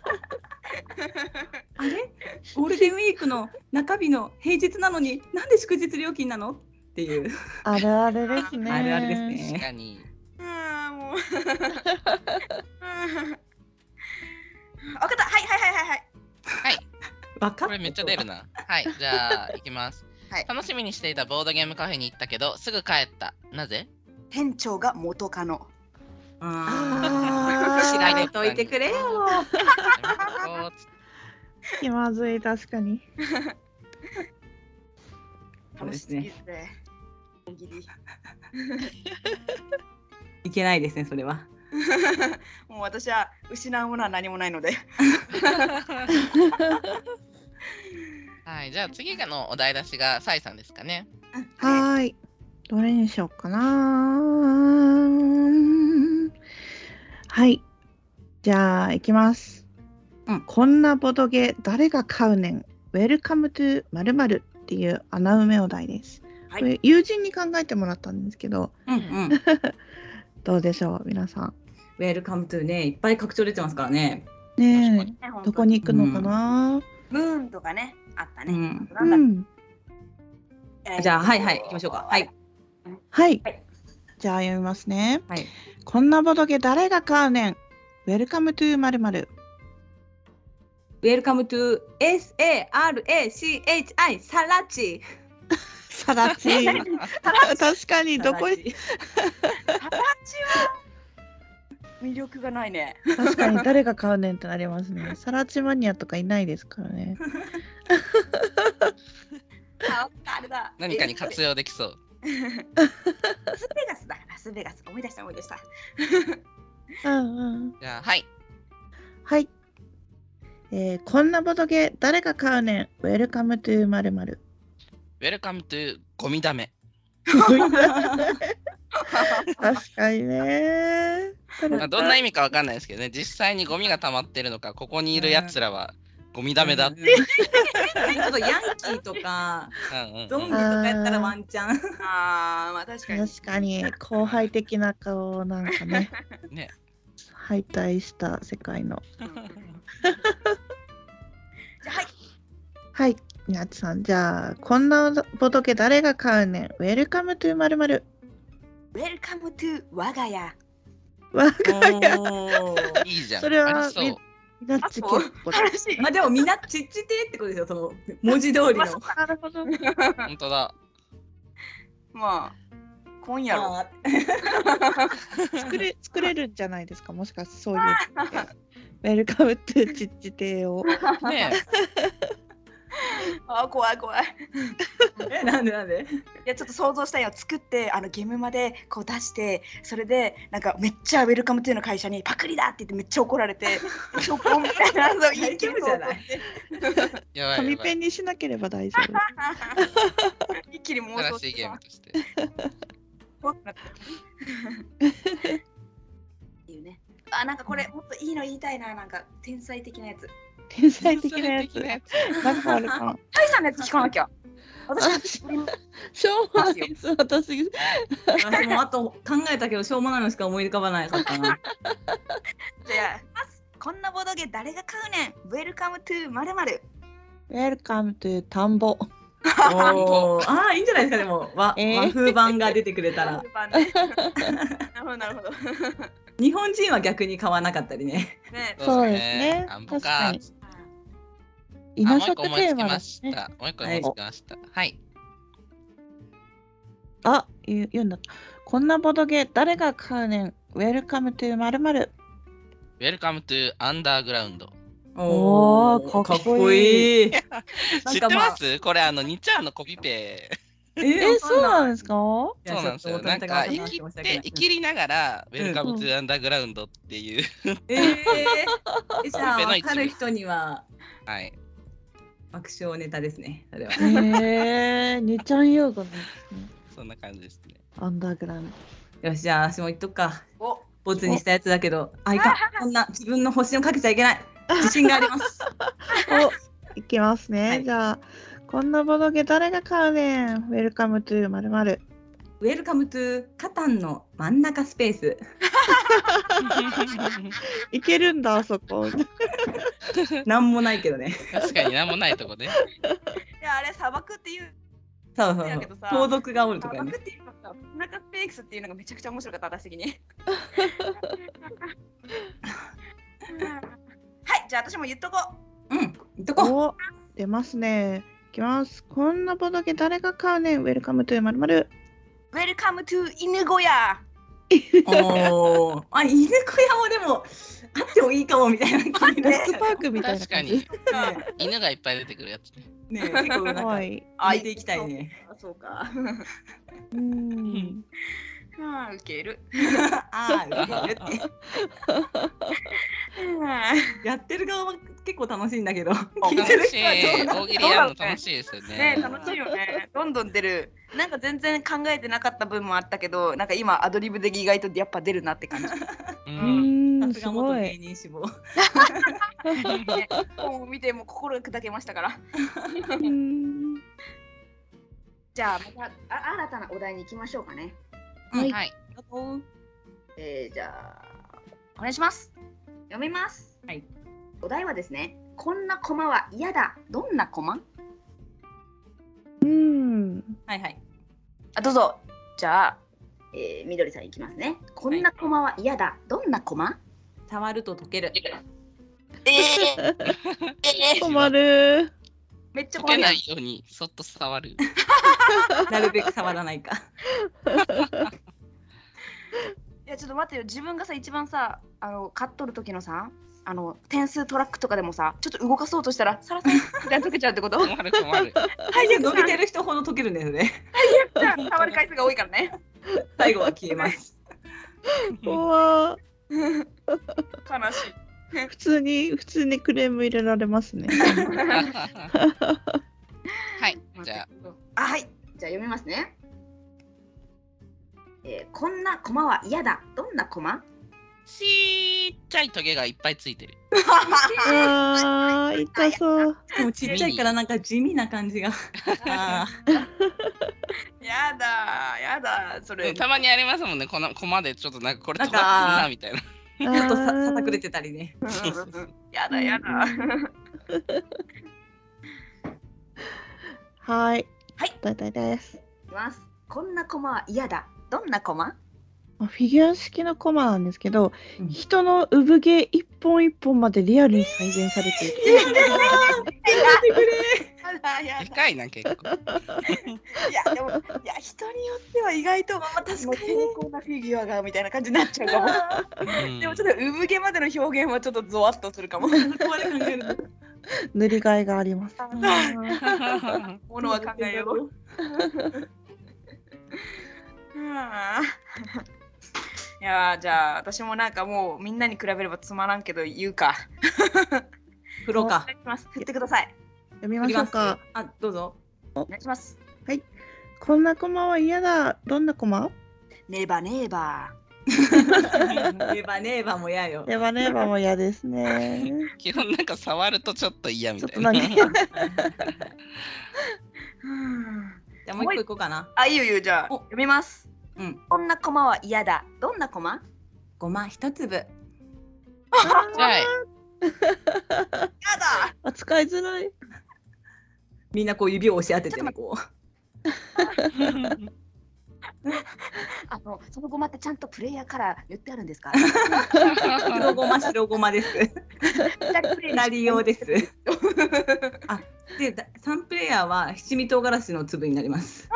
Speaker 2: あれ？ゴールデンウィークの中日の平日なのになんで祝日料金なのっていう。
Speaker 3: あるあるですね。
Speaker 2: あるあるですね。
Speaker 4: 確かに。
Speaker 5: うん、もう。わかった。はいはいはいはいはい。
Speaker 4: はい。
Speaker 2: わかった。
Speaker 4: これめっちゃ出るな。はい。じゃあ行きます。
Speaker 5: はい。
Speaker 4: 楽しみにしていたボードゲームカフェに行ったけどすぐ帰った。なぜ？
Speaker 5: 店長が元カノ。
Speaker 2: ああ、調べといてくれよ。
Speaker 3: 気まずい、確かに。
Speaker 2: そうですね。
Speaker 5: 大喜利。
Speaker 2: いけないですね、それは。
Speaker 5: もう私は失うものは何もないので。
Speaker 4: はい。じゃあ次のお題出しがサイさんですかね。
Speaker 3: はーい。どれにしようかな。はい。じゃあ、いきます。
Speaker 2: うん、
Speaker 3: こんなボドゲ誰が買うねん。Welcome to 〇〇っていう穴埋めお題です。
Speaker 5: はい、
Speaker 3: これ友人に考えてもらったんですけど、
Speaker 2: うんうん、
Speaker 3: どうでしょう、皆さん。
Speaker 2: Welcome to ね、いっぱい拡張出てますからね。
Speaker 3: ねえ、どこに行くのかな。
Speaker 5: ムーンとかね、あったね。
Speaker 2: うん
Speaker 3: うん、
Speaker 2: じゃあ、はいはい、行きましょうか。はい。
Speaker 3: はい。じゃあ、読みますね。
Speaker 2: はい。
Speaker 3: こんなボドゲ誰が買うねん。Welcome to 〇〇。
Speaker 2: Welcome to エスエーアールエーシーエイチアイ サラチ。
Speaker 3: サラチ。確かに、どこに。
Speaker 5: サラチは魅力がないね。
Speaker 3: 確かに、誰が買うねんってなりますね。サラチマニアとかいないですからね。
Speaker 5: あ、あれだ。
Speaker 4: 何かに活用できそう。
Speaker 5: ラスベガスだ、ラスベガス。思い出した思い出した。
Speaker 3: うんうん。
Speaker 4: じゃあ、はい。
Speaker 3: はい。えー、こんなボドゲ誰が買うねん。Welcome to 〇〇。
Speaker 4: Welcome to ゴミだめ。
Speaker 3: 確かにね。
Speaker 4: まあ、どんな意味かわかんないですけどね、実際にゴミが溜まってるのか、ここにいるやつらはゴミだめだって。
Speaker 2: ちょっとヤンキーとか、ゾンビとかやったらワンチャン。
Speaker 5: ああ、まあ確かに。
Speaker 3: 確かに、後輩的な顔なんかね。
Speaker 4: ね。
Speaker 3: 敗退した世界の。 はい、みなつさん、じゃあ、こんなボトゲ誰が買うねん。ウェルカムトゥまるまる。
Speaker 5: ウェルカムトゥ我が家。
Speaker 3: 我が家。
Speaker 2: おー
Speaker 4: いいじゃん。
Speaker 3: それは
Speaker 4: ありそう
Speaker 3: みみなっち結構。
Speaker 5: 楽しい。
Speaker 2: まあでもみんなちっちてってことですよ、その文字通りの。
Speaker 3: なるほど。
Speaker 4: 本当だ。
Speaker 5: まあ、今夜ろ。
Speaker 2: まあ
Speaker 3: 作れ作れるんじゃないですか、もしかしてそういう。ウェルカムトゥちっち亭を。
Speaker 4: ね
Speaker 5: あ、怖い怖い。
Speaker 2: え、なんでなんで
Speaker 5: いやちょっと想像したよ。作ってあのゲームまでこう出してそれでなんかめっちゃウェルカムトゥーの会社にパクリだって言ってめっちゃ怒られてショコンみたいなのを一気に
Speaker 2: 大丈夫じゃない
Speaker 4: え。やばい
Speaker 3: 紙
Speaker 4: やばい。
Speaker 3: ペンにしなければ大丈夫。
Speaker 5: 一気に妄想
Speaker 4: 新しいゲームとして。
Speaker 5: 怖くなったっていうね。あ、なんかこれもっといいの言いたいな。なんか天才的なやつ。
Speaker 3: 天才的なやつ。
Speaker 4: 天才的なや
Speaker 3: なんかあるかな。
Speaker 5: タイさんのやつ聞かなきゃ。私
Speaker 3: あししょうもないです。私。
Speaker 2: 私もあと考えたけどしょうもないのしか思い浮かばないかったな。
Speaker 5: じゃあこんなボドゲ誰が買うねん。ウェルカムトゥまるまる。
Speaker 3: ウェルカムトゥ田んぼ。
Speaker 2: おーああいいんじゃないですかでも和、
Speaker 3: えー
Speaker 2: 和風版が出てくれたら。
Speaker 5: なるほどなるほど。
Speaker 2: 日本人は逆に買わなかったりね。
Speaker 5: ね。
Speaker 3: そうですね
Speaker 4: あんぼ
Speaker 3: 確かに。
Speaker 4: あ
Speaker 3: 稲
Speaker 4: もう一
Speaker 3: 作
Speaker 4: 個思いつき
Speaker 3: テーマだ
Speaker 4: まし
Speaker 3: ね。
Speaker 4: た。もう一個思いつきました。はい。
Speaker 3: あ、言う言うんだ。こんなボドゲ誰が買うねん。ウェルカムトゥまるまる。
Speaker 4: Welcome to Underground。
Speaker 3: おーかっこいい
Speaker 2: かっこいい。
Speaker 4: 知ってますこれあの、にちゃんのコピペ。
Speaker 2: え
Speaker 3: え、そうなんですか？
Speaker 4: そうなんですよ。なんか生き
Speaker 2: て
Speaker 4: て生きりながら、
Speaker 3: ん
Speaker 4: Welcome to Underground っていう。
Speaker 2: えー、えじゃあ
Speaker 4: コピペの一部
Speaker 2: 分かる人には
Speaker 4: はい。
Speaker 2: 爆笑ネタですね。それは。
Speaker 3: へえ、にちゃん用語なんですね。
Speaker 4: そんな感じですね。
Speaker 3: アンダーグラウン
Speaker 2: よしじゃあ私も言っとくか。
Speaker 5: お、
Speaker 2: ボツにしたやつだけど、あいかん。こんな自分の星をかけちゃいけない。自信があります。
Speaker 3: ド。お、いきますね。
Speaker 2: はい
Speaker 3: じゃあ、こんなボドゲ誰が買うねん。ウェルカムトゥまるまる。
Speaker 2: ウェルカムトゥカタンの真ん中スペース。
Speaker 3: いけるんだ、あそこ。
Speaker 2: なんもないけどね。
Speaker 4: 確かになんもないとこで。
Speaker 5: いやあれ砂漠っていう
Speaker 2: そうそうそう
Speaker 5: だけどさ。
Speaker 2: 盗賊がおると
Speaker 5: 砂
Speaker 2: かね
Speaker 5: 漠。っていうのさ、なんかスペースっていうのがめちゃくちゃ面白かった私的に。はい、じゃあ私も言っとこう。
Speaker 2: うん、言っとこ
Speaker 3: お、出ますね。いきます。こんなボドゲ誰が買うねん。ウェルカムトゥまるまる。
Speaker 5: ウェルカムトゥ犬小屋。
Speaker 2: う。おーあ、犬小屋もでも、あってもいいかもみたいな気になっ
Speaker 3: レッツ
Speaker 2: ちゃ
Speaker 3: パークみたいな
Speaker 4: 確か
Speaker 3: 感じ。
Speaker 4: に。
Speaker 2: う
Speaker 4: 犬がいっぱい出てくるやつね。
Speaker 2: ね。ね結構なんか
Speaker 3: かわいい。
Speaker 2: 入れていきたいね。
Speaker 5: あ、そうか。
Speaker 3: うん。
Speaker 5: はあ、ウケる。
Speaker 2: ああ、受けるって。
Speaker 5: は
Speaker 2: やってる側は結構楽しいんだけど、
Speaker 5: 楽
Speaker 2: 聞いてる
Speaker 4: 楽しい。
Speaker 2: 人はどうな
Speaker 4: 大喜利やるの楽しいですよ
Speaker 5: あ
Speaker 4: ね。
Speaker 5: ね、楽しいよね。どんどん出る。なんか全然考えてなかった分もあったけど、なんか今アドリブで意外とやっぱ出るなって感じ。
Speaker 4: う。
Speaker 3: うんん、
Speaker 2: さすが元
Speaker 3: すごい。
Speaker 2: 芸人志望。
Speaker 5: ね本を見てもう心が砕けましたから。
Speaker 3: うん
Speaker 5: じゃあまたあ新たなお題に行きましょうかね。
Speaker 3: はい
Speaker 4: はい。
Speaker 5: えー、じゃあお願いします。読みます。
Speaker 2: はい。
Speaker 5: お題はですね、こんなコマは嫌だ。どんなコマ？
Speaker 3: うん。
Speaker 2: はいはい。
Speaker 5: あ、どうぞ。じゃあ、えー、みどりさんいきますね。こんなコマは嫌だ。どんなコマ？
Speaker 2: 触ると溶ける。
Speaker 5: えー、えー、
Speaker 3: 困る。
Speaker 5: めっちゃ
Speaker 4: 溶けな
Speaker 5: 困るやん。
Speaker 4: いようにそっと触る。
Speaker 2: なるべく触らないか。
Speaker 5: いやちょっと待ってよ、自分がさ一番さあの買っとる時のさあの点数トラックとかでもさちょっと動かそうとしたらサラサラみたいな溶けちゃうってこと？
Speaker 4: 困る困る。
Speaker 5: はい
Speaker 2: 伸びてる人ほど溶けるんですね。
Speaker 5: 触る回数が多いからね。
Speaker 2: 最後は消えます。
Speaker 3: 怖
Speaker 5: 悲しい。
Speaker 3: 普通に普通にクレーム入れられますね。
Speaker 4: はい。じゃあ、
Speaker 5: あ、はい。じゃあ読みますね。えー、こんなコマは嫌だ。どんなコマ？
Speaker 4: ちっちゃいトゲがいっぱいついてる。
Speaker 3: あー、痛そう。
Speaker 2: でもちっちゃいからなんか地味な感じが。あ
Speaker 5: やだやだそれ。
Speaker 4: たまにありますもんね。このコマでちょっとなんかこれ
Speaker 2: なんか
Speaker 4: 尖ってんなみたいな。
Speaker 2: ーちょっとさささくれてたりね。
Speaker 5: やだやだ。
Speaker 3: はい。
Speaker 1: はい。
Speaker 3: 大体です。
Speaker 1: いきます。こんなコマは嫌だ。どんなコマ？
Speaker 3: フィギュア式のコマなんですけど、
Speaker 2: うん
Speaker 3: 人の産毛一本一本までリアルに再現されている。
Speaker 4: でかいな結構。
Speaker 5: いやでもいや人によっては意外と
Speaker 1: 確かに
Speaker 5: もう精巧なフィギュアがみたいな感じになっちゃうかも。
Speaker 4: うん
Speaker 5: でもちょっと産毛までの表現はちょっとゾワッとするかも。
Speaker 2: ここまで考えると
Speaker 3: 塗り替えがあります。
Speaker 5: ものは考えよう。はあいやーじゃあ私もなんかもうみんなに比べればつまらんけど言うか。
Speaker 2: 振ろうか
Speaker 5: お願いします。振ってください。
Speaker 3: 読みましょうか。
Speaker 2: あ、どうぞ。
Speaker 5: お願いします。
Speaker 3: こんなコマは嫌だ。どんなコマ？
Speaker 5: ネバネバ
Speaker 2: ネーバーネーバーも嫌よ。
Speaker 3: ネバネバも嫌ですね。
Speaker 4: 基本なんか触るとちょっと嫌み
Speaker 3: ちょったと
Speaker 4: いな。
Speaker 3: 何？
Speaker 2: じゃあもう一個いこうかな。
Speaker 5: あいいよいいよじゃあ
Speaker 2: お
Speaker 5: 読みます。
Speaker 2: うん。
Speaker 5: こんなコマは嫌だ。どんなコマ？
Speaker 2: ごま一粒。
Speaker 4: じゃあ
Speaker 5: やだ。
Speaker 3: 扱いづらい。
Speaker 2: みんなこう指を押し当ててね、こ
Speaker 5: あのそのゴマってちゃんとプレイヤーカラー塗ってあるんですか？
Speaker 2: う。白ごま白ごまです。
Speaker 5: 二人プレイ
Speaker 2: 二人用です。あ、でださんプレイヤーは七味唐辛子の粒になります。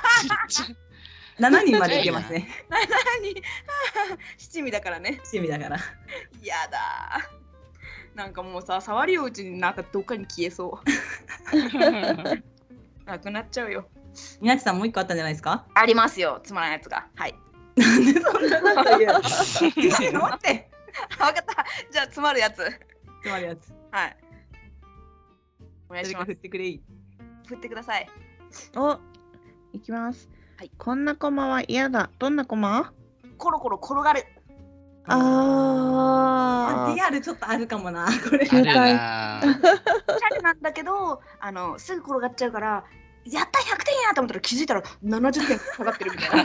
Speaker 2: 七人までいけますね。
Speaker 5: 何？七味だからね。
Speaker 2: 七味だから。
Speaker 5: やだ。なんかもうさ触りよううちになんかどっかに消えそう。なくなっちゃうよ。
Speaker 2: みなちさんもう一個あったんじゃないですか？
Speaker 5: ありますよ。つまらないやつが。はい。
Speaker 2: なんでそんなこと言うの？自信持って。
Speaker 5: わかった。じゃあつまるやつ。
Speaker 2: つまるやつ。
Speaker 5: はい。お願いします
Speaker 2: 誰か振。ってくれいい。
Speaker 5: 振ってください。
Speaker 3: お、いきます。
Speaker 5: はい
Speaker 3: こんなコマは嫌だ。どんなコマ？
Speaker 5: コロコロ転がる。
Speaker 3: あ
Speaker 2: あ、リアルちょっとあるかもな。これ。
Speaker 4: あるなぁ。
Speaker 5: チャレなんだけど、あのすぐ転がっちゃうから、やったひゃくてんやと思ったら気づいたらななじゅってん下がってるみたいな。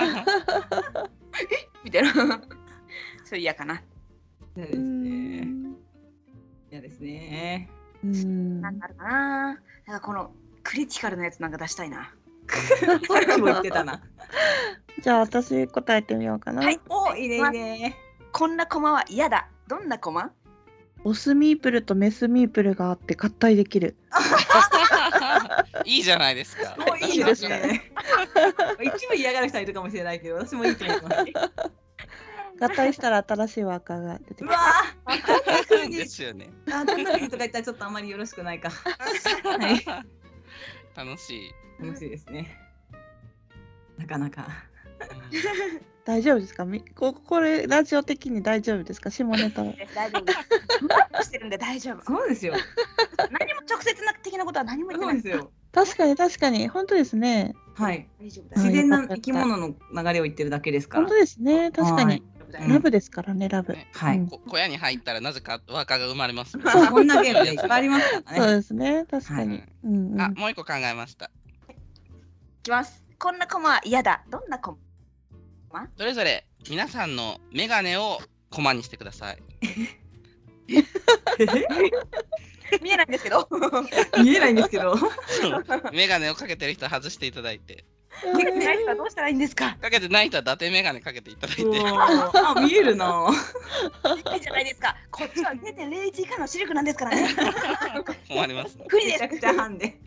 Speaker 5: えみたいな。それ嫌かな。
Speaker 2: 嫌です
Speaker 3: ー。う
Speaker 2: ね。
Speaker 3: ん
Speaker 2: 嫌ですね。
Speaker 3: うん
Speaker 5: なんなるかな。なんかこのクリティカルなやつなんか出したいな。
Speaker 2: さっきも言ってたな。
Speaker 3: じゃあ私答えてみようかな。
Speaker 5: はい
Speaker 2: お、いいねいいね。
Speaker 5: こんなコマは嫌だ。どんなコマ？
Speaker 3: オスミープルとメスミープルがあって合体できる。
Speaker 4: いいじゃないですか。
Speaker 2: お、いいですね。一部嫌がる人はいるかもしれないけど、私もいいと思います。
Speaker 3: 合体したら新しい輪っかが出てくる。
Speaker 2: うわー、
Speaker 4: いいですよね。
Speaker 2: あ、こんな風にとか言ったらちょっとあまりよろしくないか。はい。
Speaker 4: 楽しい。
Speaker 2: 楽しいですね。なかなか。
Speaker 3: 大丈夫ですか？みここれラジオ的に大丈夫ですか？下ネタは。
Speaker 5: 大丈夫です。ふわっとしてるんで大丈夫。
Speaker 2: そうですよ。
Speaker 5: 何も直接な的なことは何も言ってない。
Speaker 2: そうですよ。
Speaker 3: 確かに確かに本当ですね。
Speaker 2: はい。
Speaker 5: 大丈夫だ
Speaker 3: はい
Speaker 2: 自然な生き物の流れを言ってるだけですから
Speaker 3: 本当。ですね。確かに
Speaker 2: はい
Speaker 5: 大
Speaker 3: ラブですからね、ラブ。
Speaker 4: ね
Speaker 2: はい
Speaker 3: うん
Speaker 4: こ小屋に入ったらなぜか若が生まれます。
Speaker 2: そう、こんなゲームでいっぱいありますから
Speaker 3: そう
Speaker 2: ね。
Speaker 3: ですね。確かに。
Speaker 4: はい
Speaker 3: うんうん
Speaker 4: あ、もう一個考えました。
Speaker 5: いきます。こんなコマは嫌だ。どんなコマ？
Speaker 4: それぞれ皆さんのメガネをコマにしてください。
Speaker 5: 見えないんですけど。
Speaker 2: 見えないんですけど。
Speaker 4: メガネをかけてる人は外していただいて、
Speaker 5: 見えない人はどうしたらいいんですか？
Speaker 4: かけてない人は伊達メガネかけていただいて、
Speaker 2: あ、見えるな。
Speaker 5: いいじゃないですか。こっちは れいてんれいいち 以下の視力なんですからね。
Speaker 4: 困りますね。
Speaker 5: クリです
Speaker 2: めちゃ。くちゃハンデ。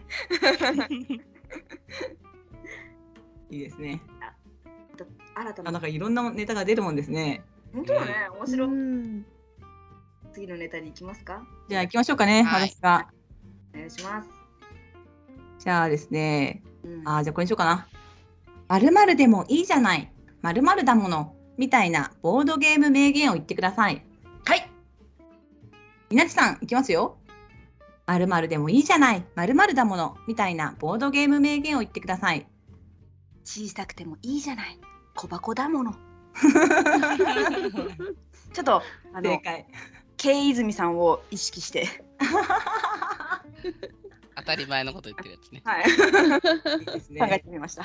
Speaker 2: いいですね。あ、
Speaker 5: 新たな。
Speaker 2: なんかいろんなネタが出るもんですね。
Speaker 5: 本当だね。面白い。
Speaker 3: うん
Speaker 5: 次のネタに行きますか？
Speaker 2: じゃあ行きましょうかね、
Speaker 4: はい
Speaker 2: 私が。
Speaker 5: お願いします。
Speaker 2: じゃあですね、
Speaker 5: うん
Speaker 2: あーじゃあこれにしようかな。〇〇でもいいじゃない、〇〇だもの、みたいなボードゲーム名言を言ってください。
Speaker 5: はい。
Speaker 2: みなちさん、いきますよ。〇〇でもいいじゃない、〇〇だもの、みたいなボードゲーム名言を言ってください。
Speaker 5: 小さくてもいいじゃない。小箱だもの。ちょっとあの
Speaker 2: 正解。
Speaker 5: K 泉さんを意識して。
Speaker 4: 当たり前のこと言ってるやつね。
Speaker 5: はい。
Speaker 2: いいです
Speaker 5: 考え
Speaker 2: ね。
Speaker 5: てみました。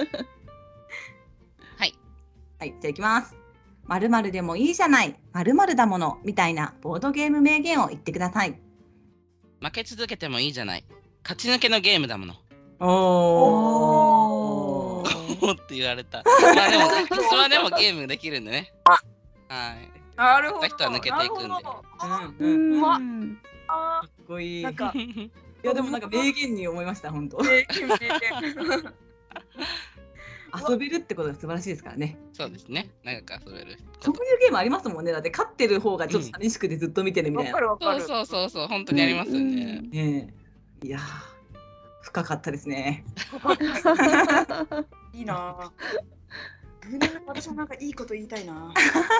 Speaker 4: はい。
Speaker 2: はい、じゃあいきます。〇〇でもいいじゃない、〇〇だもの、みたいなボードゲーム名言を言ってください。
Speaker 4: 負け続けてもいいじゃない。勝ち抜けのゲームだもの。
Speaker 2: おー。
Speaker 4: おって言われた。まあでも、椅子はでもゲームできるんでね。はい。
Speaker 5: なるほど。
Speaker 4: 人は抜けていくんで。
Speaker 5: なるほど
Speaker 2: うんうん。
Speaker 3: うん
Speaker 5: ま
Speaker 2: かっこいい。
Speaker 5: なんか、
Speaker 2: いやでもなんか名言に思いました本当。
Speaker 5: 名言名言
Speaker 2: 遊べるってことが素晴らしいですからね。
Speaker 4: そうですね。長く遊べる
Speaker 2: そういうゲームありますもんね。だって勝ってる方がちょっと寂しくてずっと見てるみたいな。
Speaker 5: わかるわかる。
Speaker 4: そうそうそうそう、本当にありますよね。
Speaker 2: ねえ。いやー深かったですね。
Speaker 5: いいなぁ。ぐね私もなんかいいこと言いたいな。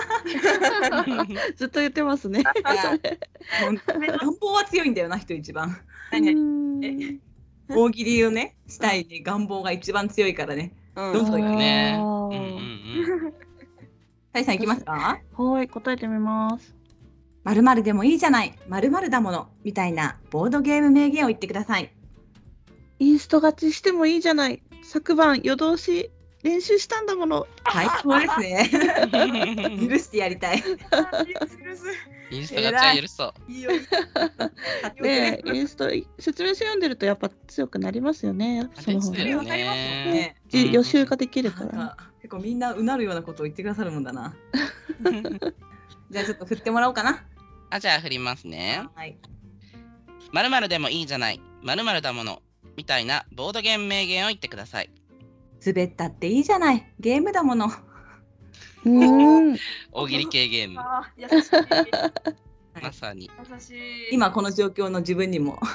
Speaker 3: ずっと言ってますね。
Speaker 2: いや本当願望は強いんだよな人一番。
Speaker 3: うん
Speaker 2: え大喜利をねしたいね願望が一番強いからね。
Speaker 5: うん
Speaker 2: どうぞ
Speaker 4: ね。
Speaker 3: あ
Speaker 4: うんうん
Speaker 3: ー
Speaker 2: タイさんいきますか。
Speaker 3: はい、答えてみます。
Speaker 2: まるまるでもいいじゃない、まるまるだものみたいなボードゲーム名言を言ってください。
Speaker 3: インスト勝ちしてもいいじゃない。昨晩夜通し練習したんだもの。
Speaker 2: 最高ですね。許してやりたい。
Speaker 4: インスタがっちゃ許そう。
Speaker 5: いいよ。
Speaker 3: ねえ、インスト説明書読んでるとやっぱ強くなりますよね。その方が
Speaker 4: ですよ
Speaker 5: わかりますもん
Speaker 4: ね。
Speaker 2: ね
Speaker 3: じ予習ができる
Speaker 2: なん
Speaker 3: から。
Speaker 2: か結構みんなうなるようなことを言ってくださるもんだな。じゃあちょっと振ってもらおうかな。
Speaker 4: あ、じゃあ振りますね。
Speaker 2: はい。
Speaker 4: まるまるでもいいじゃない、まるまるだものみたいなボードゲーム名言を言ってください。
Speaker 2: 滑ったっていいじゃない、ゲームだもの。
Speaker 3: うーん。
Speaker 4: 大喜利系ゲーム。
Speaker 5: あー優しい。
Speaker 4: まさに。
Speaker 5: 優しい。
Speaker 2: 今この状況の自分にも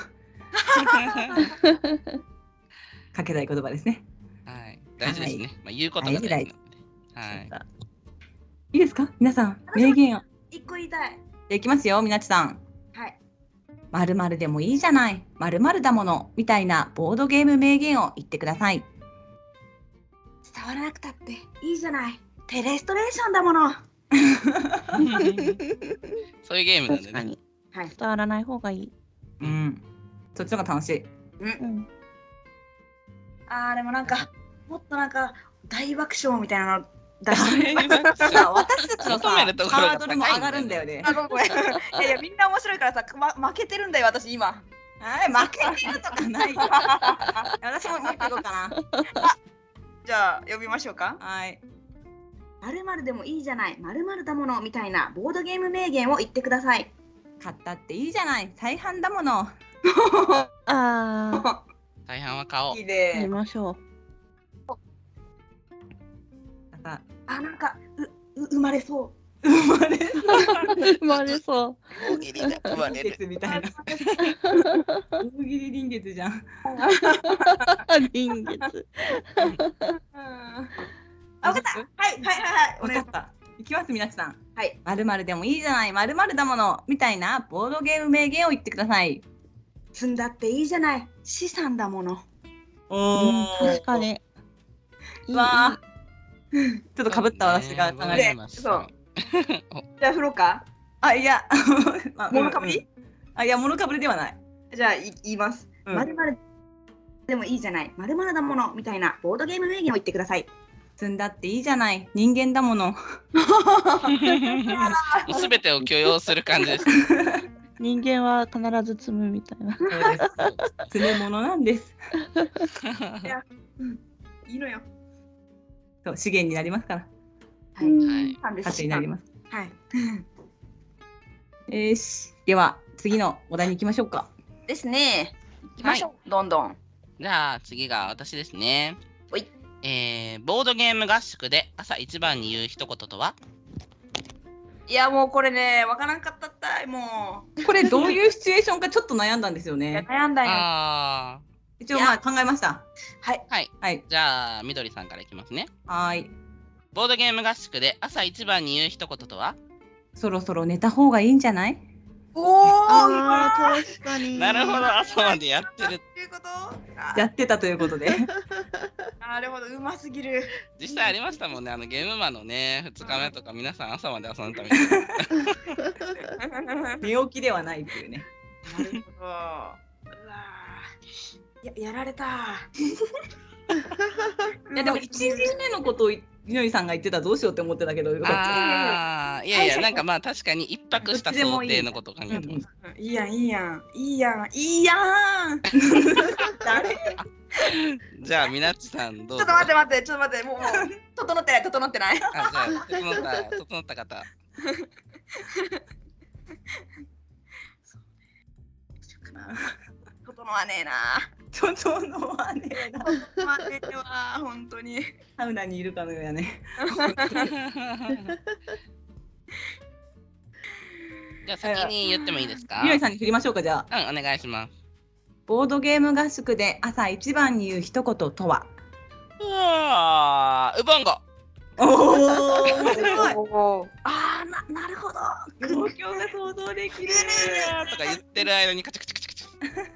Speaker 2: かけたい言葉ですね。
Speaker 4: はい。大事ですね。まあ言うことが大事なので。はい。
Speaker 2: いいですか皆さん、名言を。
Speaker 5: 一個言いたい。
Speaker 2: じゃあいきますよ、みなちさん。
Speaker 5: はい。
Speaker 2: まるまるでもいいじゃない、まるまるだものみたいなボードゲーム名言を言ってください。
Speaker 5: 伝わらなくたっていいじゃない。テレストレーションだもの。
Speaker 4: そういうゲームなんでね。
Speaker 3: 確かに
Speaker 5: はい。
Speaker 3: 伝わらない方がいい。
Speaker 2: うん。そっちの方が楽しい。
Speaker 3: うん。
Speaker 5: あーでもなんかもっとなんか大爆笑みたいなの出して。
Speaker 2: さあ私たちのさ
Speaker 4: 求めるところが
Speaker 2: ハードルも上がるんだよね。
Speaker 5: あごめんごめん。いやいやみんな面白いからさ、ま、負けてるんだよ私今。
Speaker 2: はい、負けてるとかないよ。私ももう一個いこうかな。
Speaker 5: じゃあ呼びましょうか。
Speaker 2: はい。
Speaker 5: まるまるでもいいじゃない、まるまるだものみたいなボードゲーム名言を言ってください。
Speaker 2: 買ったっていいじゃない、再販だもの。
Speaker 3: ああ、
Speaker 4: 大半は買おう。
Speaker 5: いい
Speaker 3: やり
Speaker 5: ね。
Speaker 3: ましょ
Speaker 2: なんか
Speaker 5: あなんかうう生まれそ
Speaker 2: 生まれ
Speaker 3: う。生まれそ
Speaker 4: 大喜利が生まれ
Speaker 2: 臨
Speaker 4: る。
Speaker 2: 月みたいな。大喜利臨月じゃん。
Speaker 3: う。臨月。
Speaker 5: あわかった。はいはいはいはい。お願いします。
Speaker 2: わかった。いきます、みなちさん。
Speaker 5: はい。
Speaker 2: まるまるでもいいじゃない、まるまるだものみたいなボードゲーム名言を言ってください。
Speaker 5: 積んだっていいじゃない、資産だもの。
Speaker 2: お
Speaker 3: 確かに。いい
Speaker 2: わあ。ちょっとかぶった私が考えて。
Speaker 4: ねました
Speaker 5: そうじゃあ振ろうか。
Speaker 2: あ、いや。まあ
Speaker 5: 物かぶり、
Speaker 2: うんうんあ、いや、物かぶりではない。
Speaker 5: じゃあい言います。
Speaker 2: うん
Speaker 5: まるまるでもいいじゃない、まるまるだものみたいなボードゲーム名言を言ってください。
Speaker 2: 積んだっていいじゃない、人間だもの。
Speaker 4: すべてを許容する感じです。
Speaker 3: 人間は必ず積むみたいな。
Speaker 2: そうです。詰め物なんです。
Speaker 5: いいのよ。
Speaker 2: そう、資源になりますから。
Speaker 5: はい。
Speaker 3: うん
Speaker 5: なんです
Speaker 2: 価値になります。
Speaker 5: はい。
Speaker 2: えーし、では次のお題に行きましょうか。
Speaker 5: ですね。行きましょう。どんどん。
Speaker 4: じゃあ次が私ですね。
Speaker 5: ほい。
Speaker 4: えー、ボードゲーム合宿で朝一番に言う一言とはい
Speaker 5: やもうこれね、わからんかったったいも
Speaker 2: これどういうシチュエーションかちょっと悩んだんですよ
Speaker 5: う。いや
Speaker 2: ね。
Speaker 5: 悩んだんよ。
Speaker 4: あ
Speaker 2: 一応まあ考えました。
Speaker 5: はい。
Speaker 4: ーはい。
Speaker 2: はい。
Speaker 4: じゃあみどりさんからいきますね。
Speaker 2: はーい。
Speaker 4: ボードゲーム合宿で朝一番に言う一言とは
Speaker 2: そろそろ寝た方がいいんじゃない？
Speaker 5: おお。
Speaker 3: ああ、確かに。
Speaker 4: なるほど、朝までやってる。
Speaker 5: っていうこと？あ
Speaker 2: やってたということで。
Speaker 5: なるほど、うますぎる。
Speaker 4: 実際ありましたもんね、あのゲームマンのね、ふつかめとか皆さん朝まで遊んだみたいな。
Speaker 2: 寝起きではないっていうね。
Speaker 5: なるほど。うわーややられた。
Speaker 2: いやでもいちにちめのことをいのりさんが言ってたらどうしようって思ってたけどよかった。
Speaker 4: ああ、いやいや、なんかまあ確かに一泊した想定のことを考えてます。
Speaker 5: いいやん、いいやん、いいやん、いいやん。誰？
Speaker 4: じゃあみなっちさんどうぞ。
Speaker 5: ちょっと待って待って、ちょっと待って、もう、もう整ってない、整ってない。
Speaker 4: あ、じゃあ整った整った方。
Speaker 5: 整わねえな。
Speaker 2: 整わねえな。
Speaker 5: 整わねえわ、本当に。
Speaker 2: サウナにいるかのようやね。
Speaker 4: じゃあ先に言ってもいいですか。
Speaker 2: みどりさんに振りましょうか、じゃあ。
Speaker 4: うん、お願いします。
Speaker 2: ボードゲーム合宿で朝一番に言う一言とは。
Speaker 4: うわー、ウボンゴ。
Speaker 2: おお、すごい。
Speaker 5: おーあーな、なるほど。
Speaker 2: 状況が想像できる。
Speaker 4: とか言ってる間にカチャカチャカチャカチャ。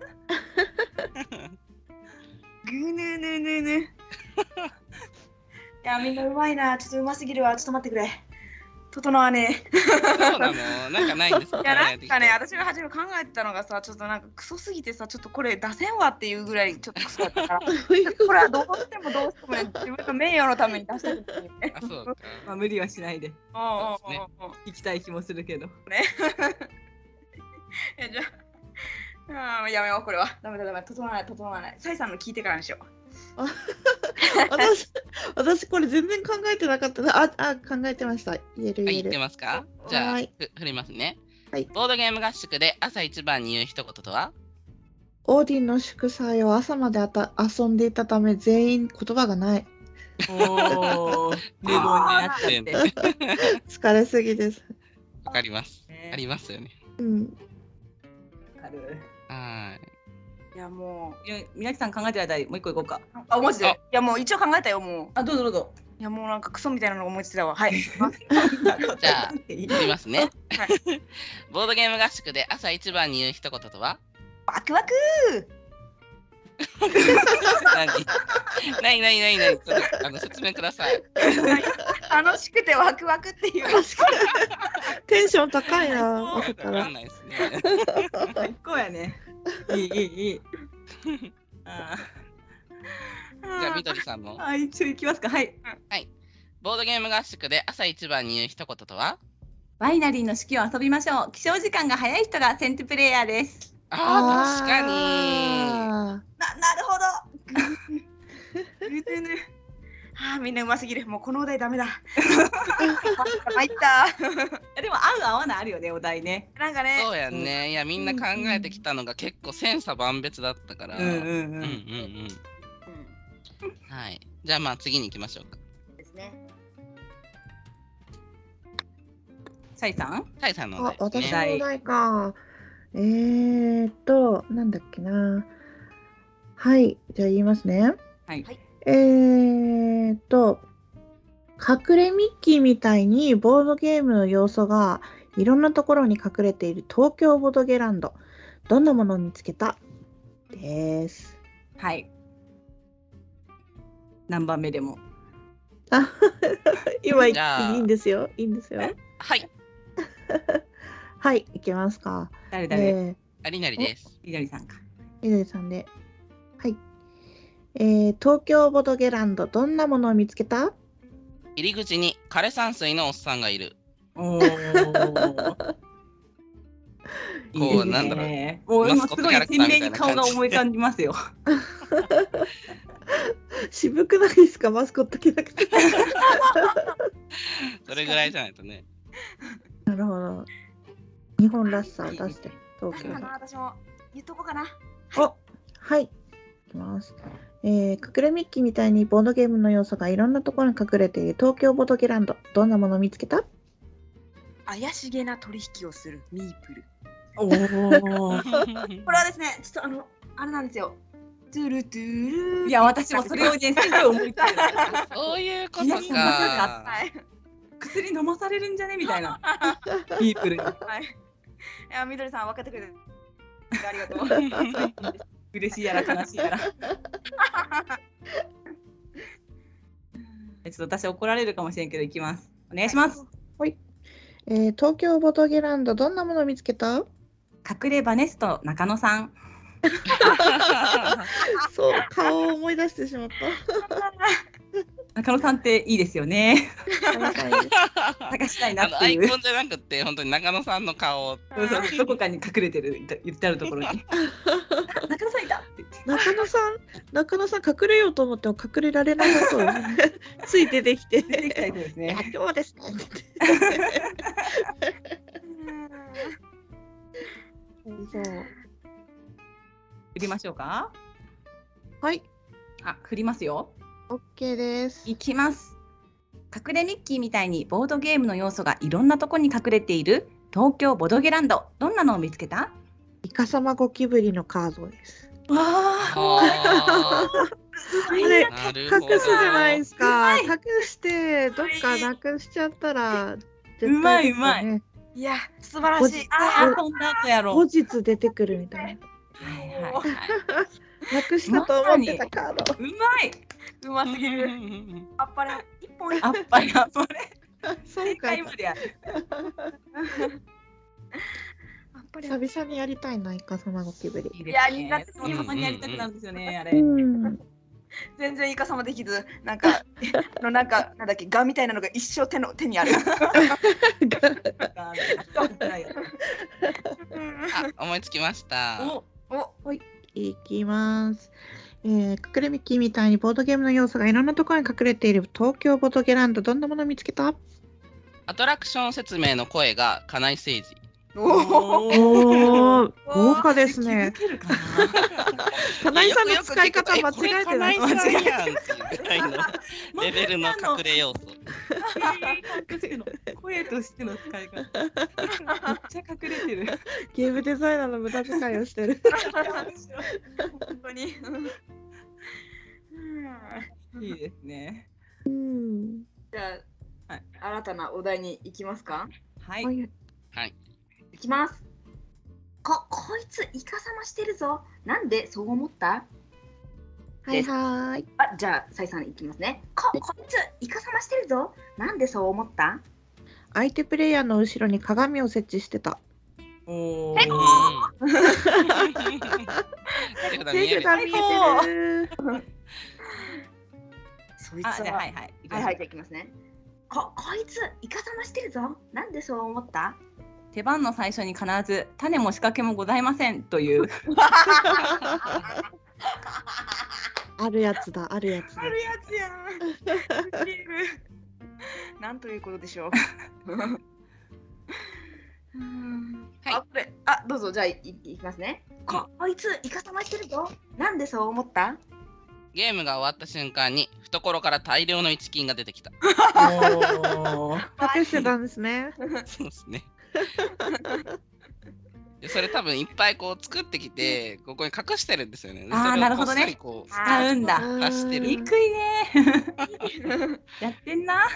Speaker 5: ぐぬぬぬぬ。いや、みんなうまいな。ちょっとうますぎるわ。ちょっと待ってくれ。整わねえ。
Speaker 4: そうなの、なんかないんですか。
Speaker 5: いや、なんかね、私が初め考えてたのがさ、ちょっとなんかクソすぎてさ、ちょっとこれ出せんわっていうぐらいちょっとクソだったから。これはどうしてもどうしてもね、自分の名誉のために出したくてね。
Speaker 4: あ、そうか。
Speaker 2: まあ無理はしないで。
Speaker 5: おうおうおうおう
Speaker 2: 行きたい気もするけど。
Speaker 5: ね。いや、じゃあ、あーやめよう、これは。ダメだ、ダメだ、整わない、整わない。サイさんの聞いてからにしよう。
Speaker 3: 私、私これ全然考えてなかったな。あ、あ、考えてました。言える
Speaker 4: はい、言って
Speaker 3: 言える。
Speaker 4: ますか。じゃあ、
Speaker 3: はい
Speaker 4: ふ振りますね。
Speaker 3: はい
Speaker 4: ボードゲーム合宿で朝一番に言う一言とは。
Speaker 3: オーディンの祝祭を朝まであた遊んでいたため全員言葉がない。
Speaker 2: おお、無言になっちゃって。
Speaker 3: 疲れすぎです。
Speaker 4: わかります。
Speaker 2: ね
Speaker 4: ありますよね。
Speaker 3: うん。
Speaker 2: わかる。
Speaker 4: はい
Speaker 5: や、も
Speaker 2: いやみなきさん考えてる間にもう一個いこうか。
Speaker 5: う。あ、マジで。
Speaker 4: あ
Speaker 5: いや、もう一応考えたよ、もう。
Speaker 2: あ、どうぞどうぞ。
Speaker 5: いや、もうなんかクソみたいなのが思いついたわ。はい。
Speaker 4: じゃあ振りますね。ボードゲーム合宿で朝一番に言う一言とは。
Speaker 5: ワクワク
Speaker 4: 何何何何何ちょっとあの説明ください。
Speaker 5: 楽しくてワクワクっていう。
Speaker 3: テンション高いな、
Speaker 4: わ
Speaker 3: 朝か。
Speaker 4: からんないですね。
Speaker 2: 最高やね。いいいいいい。あ
Speaker 4: じゃあみどりさんも
Speaker 2: ー。はい、一応行きますか。はい。
Speaker 4: ボードゲーム合宿で朝一番に言う一言とは。
Speaker 2: バイナリーの式を遊びましょう。起床時間が早い人がセントプレイヤーです。
Speaker 4: ああ、確かに。
Speaker 3: あ
Speaker 5: な、なるほど。ぬぬぬああ、みんなうますぎる。もうこのお題ダメだ。入った。
Speaker 2: でも合う合わないあるよね、お題ね。
Speaker 5: なんかね。
Speaker 4: そうやんね。いや、みんな考えてきたのが結構千差万別だったから。
Speaker 2: うんうんう。
Speaker 4: うんうんうんん。はい。じゃあまあ次に行きましょうか。
Speaker 5: ですね。
Speaker 2: シャイさん。
Speaker 4: タイさんの
Speaker 3: あ、
Speaker 4: お題ですね。
Speaker 3: 私のお題か。えーっと、なんだっけな。はい、じゃあ言いますね。
Speaker 2: はい。
Speaker 3: えーっと、隠れミッキーみたいにボードゲームの要素がいろんなところに隠れている東京ボドゲランド。どんなものを見つけたです。
Speaker 2: はい。何番目でも。
Speaker 3: あ今言
Speaker 4: じゃあ
Speaker 3: っていいんですよ。いいんですよ。
Speaker 4: はい。
Speaker 3: はい、いけますか。
Speaker 2: 誰誰？
Speaker 3: え
Speaker 4: ありなりです。
Speaker 2: みどりさんか。
Speaker 3: ー、みどりさんで。はい。えー、東京ボドゲランド、どんなものを見つけた？
Speaker 4: 入り口に枯山水のおっさんがいる。
Speaker 2: おお。
Speaker 4: こうなんだろう
Speaker 2: もう今すごい
Speaker 4: マスコットキャラクターみたい
Speaker 2: 鮮明に
Speaker 4: な感じ
Speaker 2: 顔が思い浮かんでますよ。
Speaker 3: 渋くないですか、マスコットキャラクター。
Speaker 4: それぐらいじゃないとね。
Speaker 3: なるほど。日本らしさを出して、東京
Speaker 5: かな、私も言っとこうかな。
Speaker 3: お、はい。いきます。えー、隠れミッキーみたいにボードゲームの要素がいろんなところに隠れている東京ボドゲランド。どんなものを見つけた？
Speaker 5: 怪しげな取引をするミープル。
Speaker 2: おお。
Speaker 5: これはですね、ちょっとあの、あれなんですよ。トゥルトゥル
Speaker 2: いや、私もそれをね、すごい思いついた。
Speaker 4: そういうこと
Speaker 2: いやいやまさ
Speaker 4: か。
Speaker 5: はい。
Speaker 2: 薬飲まされるんじゃねみたいな。ピープルに。
Speaker 5: はい。いや、みどりさん分かってくれてありがとう。
Speaker 2: 嬉しいやら悲しいやら。ちょっと私怒られるかもしれんけど、行きます。お願いします。
Speaker 3: えー、東京ボドゲランド、どんなものを見つけた？
Speaker 2: 隠れバネスト中野さん。
Speaker 3: そう、顔を思い出してしまった。
Speaker 2: 中野さんっていいですよね。
Speaker 3: はい
Speaker 2: 探したいな
Speaker 4: あのアイ
Speaker 2: っていう。
Speaker 4: コンじゃなくて本当に中野さんの顔を。
Speaker 2: そうそうどこかに隠れてる言ってあるところに。あ中野さんいたって言って。
Speaker 3: 中野さん、中野さん隠れようと思っても隠れられないことをつい出てきて、
Speaker 2: 出てきたいですね。
Speaker 3: 今日ですね。そう。
Speaker 2: 振りましょうか。
Speaker 3: はい、
Speaker 2: あ、振りますよ。
Speaker 3: オッケーです。
Speaker 2: いきます。隠れミッキーみたいにボードゲームの要素がいろんなとこに隠れている東京ボドゲランド。どんなのを見つけた？
Speaker 3: イカサマゴキブリのカードです。
Speaker 2: わあ、
Speaker 4: あ
Speaker 3: あれ
Speaker 4: ーなる
Speaker 3: 隠
Speaker 4: ほど
Speaker 3: すじゃないですか。隠してどっかなくしちゃったら絶対ですよね。
Speaker 2: うまいうま
Speaker 5: いや、素晴らしい。
Speaker 2: あー、こんな後やろ
Speaker 3: 後
Speaker 2: う。
Speaker 3: 日出てくるみたい
Speaker 2: はいはいはい。
Speaker 3: な。なくしたと思ってたカード。
Speaker 2: うまい。
Speaker 5: うますぎる。あっぱれ一本。
Speaker 2: あっぱれあっぱれ。正
Speaker 3: そうか。
Speaker 2: 解までやる。
Speaker 5: あっぱれ。
Speaker 3: 久々にやりたいな、イカサマゴキブリ。
Speaker 2: いいですね。
Speaker 5: いや苦手
Speaker 2: たまにやりたくなるんですよね、あれ。
Speaker 3: うん。
Speaker 5: 全然イカサマできず、なんかあのなんかなんだっけガみたいなのが一生手の手にある。
Speaker 4: あ、思いつきました。
Speaker 2: お、
Speaker 5: お、
Speaker 3: いきます。えー、隠れミッキーみたいにボードゲームの要素がいろんなところに隠れている東京ボードゲランド。どんなものを見つけた？
Speaker 4: アトラクション説明の声が金井誠司。
Speaker 5: お
Speaker 3: おお、豪華ですね。
Speaker 2: 気づけるかな。
Speaker 3: 金井さんの使い方間違えてない。
Speaker 4: これ金井さんやんっていうぐらいのレベルの隠れ要素。
Speaker 2: 隠しての声としての使い方。めっちゃ隠れてる。
Speaker 3: ゲームデザイナーの無駄遣いをしてる。
Speaker 5: 本当に。
Speaker 2: いいですね。
Speaker 3: うん。
Speaker 5: じゃあ、
Speaker 2: はい
Speaker 5: 新たなお題に行きますか。
Speaker 2: はい。
Speaker 3: はい
Speaker 4: はい。
Speaker 5: いきます。こ、こいつイカサマしてるぞ。なんでそう思った？
Speaker 3: はいはーい。
Speaker 5: あ、じゃあ、サイさんいきますね。こ、こいつイカサマしてるぞ。なんでそう思った？
Speaker 3: 相手プレイヤーの後ろに鏡を設置してた。
Speaker 2: お
Speaker 4: うん
Speaker 2: ー。
Speaker 4: 手札見える。
Speaker 3: 手札見えてる。
Speaker 5: そいつは、
Speaker 2: あ、じゃあはいはい。
Speaker 5: はいはい、じゃあいきますね。こ、こいつイカサマしてるぞ。なんでそう思った？
Speaker 2: 手番の最初に必ず種も仕掛けもございませんという。
Speaker 3: あるやつだ、あるやつだ
Speaker 5: あ。るやつやん。なんということでしょう。うん
Speaker 4: はい
Speaker 5: あ、これ、あ、どうぞ、じゃあい、いいきますね。こ、こいつイカサマしてるぞ。なんでそう思った？
Speaker 4: ゲームが終わった瞬間に懐から大量の一金が出てきた。
Speaker 2: おー。
Speaker 3: 隠してたんですね。
Speaker 4: そうですね。でそれ多分いっぱいこう作ってきてここに隠してるんですよね。で
Speaker 2: あー
Speaker 4: それを
Speaker 2: なるほどね
Speaker 4: こっそりこう
Speaker 2: 使うんだ。
Speaker 4: 出してる
Speaker 2: 憎いね。やってんな。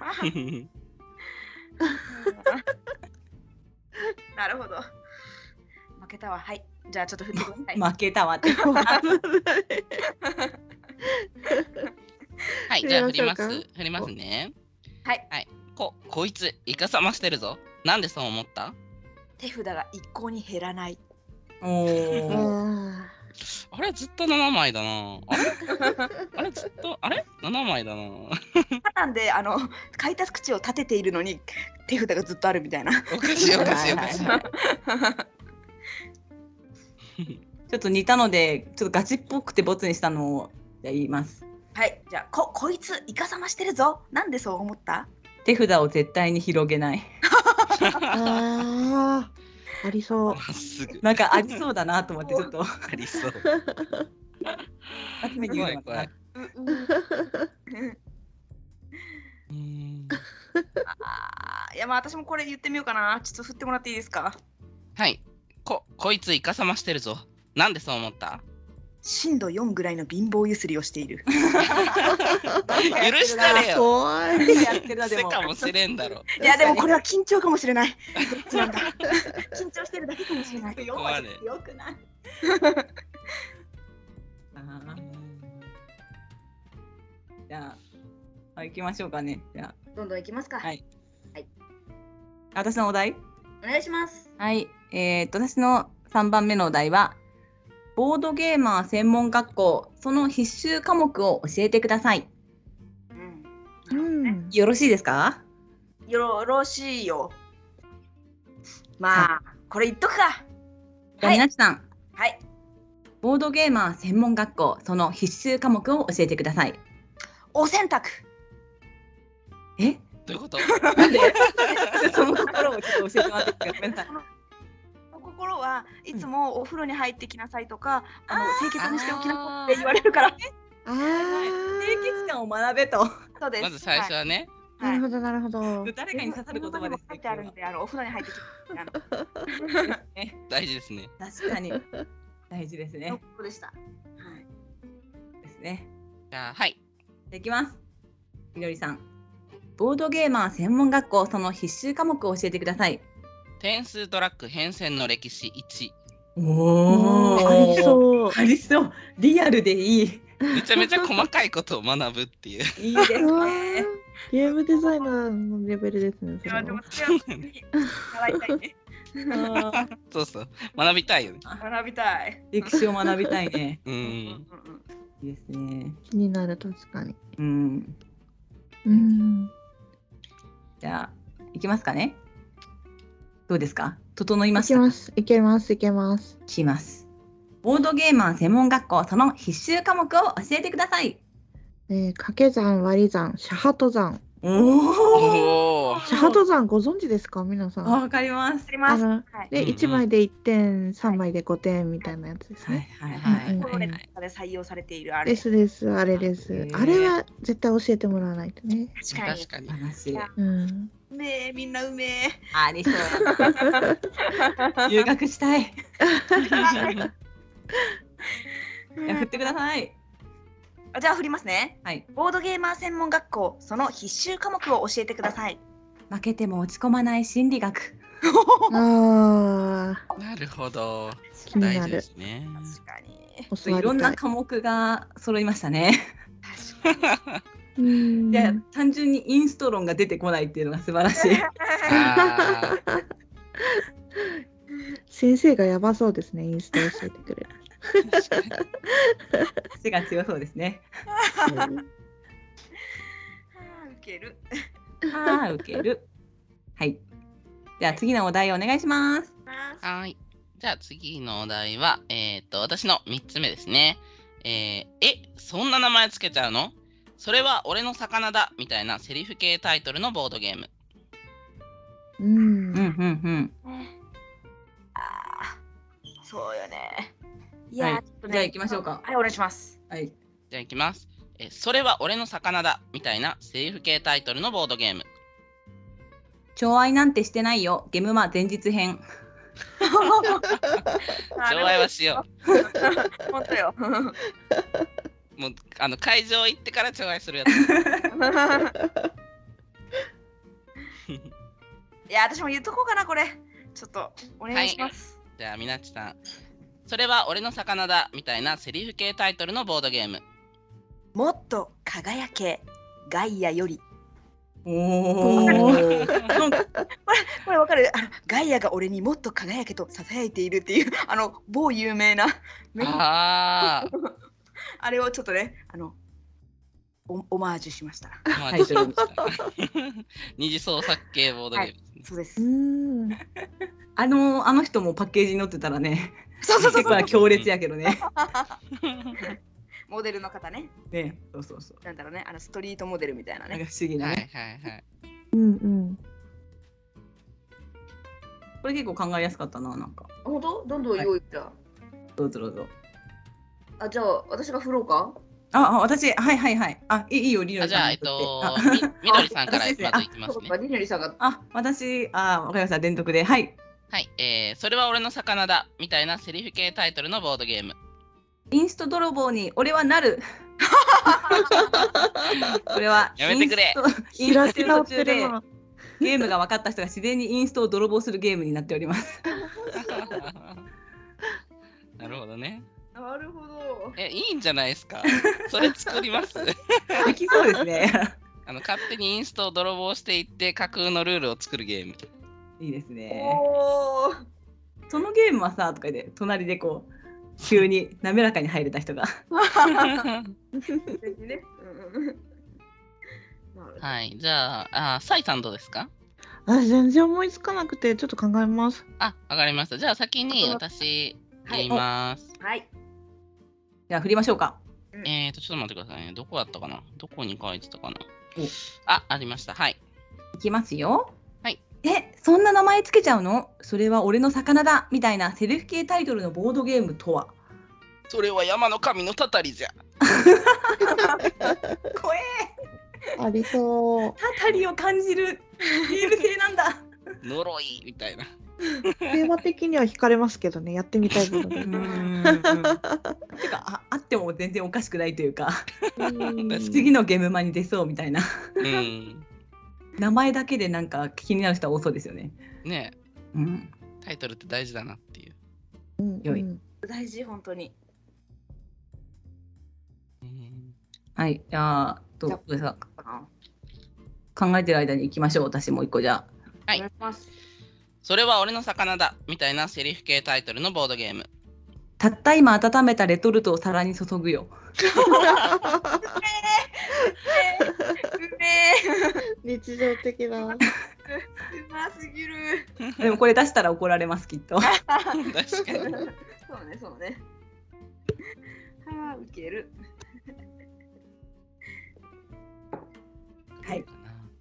Speaker 5: なるほど。負けたわ。はい。じゃあちょっと振ってください。
Speaker 2: 負けたわって。
Speaker 4: はい、じゃあ振りま
Speaker 3: 振りましょう
Speaker 4: す。振りますね。
Speaker 5: はい。
Speaker 4: はい。こ、こいつイカサマしてるぞ。なんでそう思った？
Speaker 5: 手札が一向に減らない。
Speaker 2: おー。
Speaker 3: あ
Speaker 4: あれずっとななまいだな。あれあれずっとあれななまいだな。
Speaker 5: パターンであの開拓口を立てているのに手札がずっとあるみたいな。
Speaker 4: おかしいおかしいおかしい。
Speaker 2: はいちょっと似たので、ちょっとガチっぽくてボツにしたのをじゃあ言います。
Speaker 5: はい。じゃあここいつイカサマしてるぞ。なんでそう思った？
Speaker 2: 手札を絶対に広げない。
Speaker 3: あー、ありそう。
Speaker 4: まっすぐ
Speaker 2: なんかありそうだなと思ってちょっと
Speaker 4: ありそう。
Speaker 2: 集めに言うのかな。
Speaker 5: うう
Speaker 4: うーん
Speaker 5: あーいやまあ私もこれ言ってみようかな。ちょっと振ってもらっていいですか。
Speaker 4: はい。こ、こいつイカサマしてるぞ。なんでそう思った？
Speaker 5: 震度よんぐらいの貧乏ゆすりをしている。
Speaker 4: 許したれよ。
Speaker 3: 怖い。
Speaker 2: やってるなでも。
Speaker 4: せかもしれんだろ。
Speaker 5: いやでもこれは緊張かもしれない。どっちなんだ。緊張してるだけかもしれない。
Speaker 2: 弱いよくない。あーじゃあ、行きましょうかね。じゃ
Speaker 5: どんどんいきますか。
Speaker 2: あ、はい。
Speaker 5: はい。
Speaker 2: 私のお題。
Speaker 5: お願いします。
Speaker 2: はい。えー、っと私のさんばんめのお題は。ボードゲーマー専門学校、その必修科目を教えてください。
Speaker 5: うん。
Speaker 3: うん。
Speaker 2: よろしいですか？
Speaker 5: よろしいよ。まあ、これ言っとくか。
Speaker 2: じゃあ皆さん、
Speaker 5: はい。
Speaker 2: ボードゲーマー専門学校、その必修科目を教えてください。
Speaker 5: お洗濯。
Speaker 2: え、
Speaker 4: どういうこと？
Speaker 2: なんでその心をちょっと教えてもらっていいですか。ごめんなさい。
Speaker 5: 心はいつもお風呂に入ってきなさいとか、あの清潔にしておきなさいって言われるから。
Speaker 3: ああ、
Speaker 2: 清潔感を学べと。
Speaker 5: そうです。
Speaker 4: まず最初はね。
Speaker 3: なるほどなるほど。
Speaker 2: 誰かに刺さる言葉です
Speaker 5: 書いてあるんで、あのお風呂に入ってきて。
Speaker 4: 大事ですね。
Speaker 2: 確かに大事ですね。
Speaker 5: そうでした。はい。
Speaker 2: ですね。
Speaker 4: じゃあはい。
Speaker 2: できます。みどりさん。ボードゲーマー専門学校、その必修科目を教えてください。
Speaker 4: 点数トラック変遷の歴史いち。
Speaker 2: お
Speaker 3: お、ありそう。
Speaker 2: ありそう。リアルでいい。
Speaker 4: めちゃめちゃ細かいことを学ぶっていう。
Speaker 2: いいですね。
Speaker 3: ゲームデザイナーのレベルですね。
Speaker 5: いやでもそれは習いたいね。
Speaker 4: そうそう。学びたいよね。
Speaker 5: 学びたい。
Speaker 2: 歴史を学びたいね。
Speaker 4: うん。
Speaker 2: いいですね。
Speaker 3: 気になる、確かに。
Speaker 2: うん。
Speaker 3: うん。
Speaker 2: じゃあ行きますかね。どうですか。整いま
Speaker 3: い
Speaker 2: したか。
Speaker 3: けます。いけます。いけます。
Speaker 2: いきます。ボードゲーマー専門学校、その必修科目を教えてください。
Speaker 3: えー、掛け算、割り算、シャハト算。
Speaker 2: おお。
Speaker 4: おお。
Speaker 3: シャハト算ご存知ですか、皆さん。
Speaker 2: わかります。
Speaker 5: あります。
Speaker 3: あの
Speaker 5: はい。
Speaker 3: で、
Speaker 4: うんうん
Speaker 3: いちまいでいってん、さんまいでごてんみたいなやつです
Speaker 2: はい
Speaker 3: ね。
Speaker 2: はいはい。
Speaker 3: うん
Speaker 5: このネタで採用されているあれ。
Speaker 3: ですです、あれです
Speaker 2: へ。ー
Speaker 3: あれは絶対教えてもらわないとね。
Speaker 5: 確かに
Speaker 4: 確。かに。
Speaker 2: 話。
Speaker 3: うん。
Speaker 5: うめえ、みんなうめえ。
Speaker 2: ありそうや。留学したい。いや振ってください。
Speaker 5: あ、じゃあ振りますね。
Speaker 2: はい。
Speaker 5: ボードゲーマー専門学校、その必修科目を教えてください。
Speaker 2: 負けても落ち込まない心理学。
Speaker 3: ああ、
Speaker 4: なるほど。
Speaker 3: 気になる
Speaker 4: 大事で。すね。
Speaker 5: 確かに。
Speaker 3: 教わりたい。
Speaker 2: いろんな科目が揃いましたね。
Speaker 3: うん
Speaker 2: いや、単純にインスト論が出てこないっていうのが素晴らしい。
Speaker 4: あー
Speaker 3: 先生がやばそうですね、インスタ教えてくれる。
Speaker 4: 確かに。
Speaker 2: 背が強そうですね。
Speaker 5: あーウケる。
Speaker 2: ああ、受ける。はい。じゃあ次のお題お願いします。
Speaker 4: はい。じゃあ次のお題は、えっと、私のみっつめですね。えーえ、そんな名前つけちゃうの？それは俺の魚だみたいなセリフ系タイトルのボードゲーム。
Speaker 3: うん
Speaker 2: うんうん
Speaker 5: ああ、そうよね。いやー、
Speaker 2: はい
Speaker 5: ちょっとね
Speaker 2: じゃあ行きましょうか
Speaker 5: はい、お願いします。
Speaker 2: うん。はい。
Speaker 4: じゃあいきます。え、それは俺の魚だみたいなセリフ系タイトルのボードゲーム。
Speaker 2: 寵愛なんてしてないよ。ゲムマ前日編。
Speaker 4: 寵愛はしよ
Speaker 5: 本当よ。
Speaker 4: う。もうあの会場行ってから寵愛するやつ。
Speaker 5: いや、私も言っとこうかな、これ。ちょっとお願いします。
Speaker 4: じゃあみなっちさん。それは俺の魚だみたいなセリフ系タイトルのボードゲーム。
Speaker 5: もっと輝け、ガイアより。
Speaker 2: おお。
Speaker 5: これわかる？あのガイアが俺にもっと輝けと囁いているっていうあの某有名な
Speaker 4: ああ。
Speaker 5: あれをちょっとね、あのオオマージュしました。
Speaker 4: まあ
Speaker 2: タイトル
Speaker 4: ちょっと二次創作系ボードゲームですね。
Speaker 5: そうで
Speaker 3: う
Speaker 5: す。
Speaker 3: ん。
Speaker 2: あのあの人もパッケージに載ってたらね、
Speaker 5: そうそうそうそう。
Speaker 2: 結構強烈やけどね。
Speaker 5: モデルの方ね。
Speaker 2: ね、そうそうそう。
Speaker 5: なんだろうね、あのストリートモデルみたいな
Speaker 2: なんか
Speaker 5: ね。
Speaker 2: 不思議な
Speaker 4: はい
Speaker 2: ね。
Speaker 4: はいはい。
Speaker 3: うんうん。
Speaker 2: これ結構考えやすかったな、なんか。
Speaker 5: 本当？どんどん用意じゃ
Speaker 2: どうぞどうぞ。
Speaker 5: あ。あ、じゃあ私が振ろうか。
Speaker 2: あ、あ私、はいはいはい。あ、いいいよ、リノリさん。
Speaker 4: あじゃあえっと
Speaker 2: あ
Speaker 4: みみどりさんからまず
Speaker 2: 私ですね
Speaker 4: いきますね
Speaker 5: そうか、。りのりさんが。
Speaker 2: あ、私、あ、わかりました。連続で。はい。
Speaker 4: はい、えー、それは俺の魚だみたいなセリフ系タイトルのボードゲーム。
Speaker 2: インスト泥棒に俺はなる。これは
Speaker 4: やめてくれ
Speaker 2: インストインストしてる
Speaker 3: 直
Speaker 2: 途中で
Speaker 3: な。
Speaker 2: ゲームが分かった人が自然にインストを泥棒するゲームになっております。
Speaker 4: なるほどね。
Speaker 5: なるほど。
Speaker 4: え、いいんじゃないですか。それ作ります。
Speaker 2: できそうですね。
Speaker 4: あの勝手にインストを泥棒していって架空のルールを作るゲーム。
Speaker 2: いいですね。
Speaker 5: おー。
Speaker 2: そのゲームはさとかで隣でこう急に滑らかに入れた人が。
Speaker 5: 素敵ね。うんうん。なるほど。
Speaker 4: はい、じゃあ、あ、サイさんどうですか？
Speaker 3: あ、全然思いつかなくて、ちょっと考えます。
Speaker 4: あ、わかりました。じゃあ先に私言います。
Speaker 5: はい。
Speaker 2: じゃあ振りましょうか。
Speaker 4: えーと、ちょっと待ってくださいね。どこだったかなどこに書いてたかな
Speaker 2: お
Speaker 4: あ、ありました。はい。
Speaker 2: いきますよ。
Speaker 4: はい。
Speaker 2: え、そんな名前つけちゃうの？それは俺の魚だみたいなセルフ系タイトルのボードゲームとは？
Speaker 4: それは山の神のたたりじゃ。
Speaker 2: 怖え。
Speaker 3: ありそう。
Speaker 2: たたりを感じるゲーム性なんだ。
Speaker 4: 呪いみたいな。
Speaker 3: テーマ的には惹かれますけどね、やってみたいもので。
Speaker 2: うーんてかあ、あっても全然おかしくないというか次のゲームマに出そうみたいな
Speaker 4: うん。
Speaker 2: 名前だけでなんか気になる人は多そうですよね。
Speaker 4: ね
Speaker 2: うん、
Speaker 4: え、タイトルって大事だなっていう。
Speaker 3: うん
Speaker 2: 良い
Speaker 3: うん
Speaker 5: 大事本当に。
Speaker 4: うん
Speaker 2: はい、じゃあど
Speaker 5: じゃ
Speaker 2: うですか。
Speaker 5: かな。
Speaker 2: 考えてる間に行きましょう。私もう一個じゃあ。
Speaker 4: はい
Speaker 5: お願いします。
Speaker 4: それは俺の魚だみたいなセリフ系タイトルのボードゲーム。
Speaker 2: たった今温めたレトルトを皿に注ぐよ。
Speaker 5: うめえ。
Speaker 3: 日常的な。
Speaker 5: うますぎる。
Speaker 2: でもこれ出したら怒られますきっと。
Speaker 4: 確かに。
Speaker 5: そうねそうね。はあウケる。
Speaker 2: はい。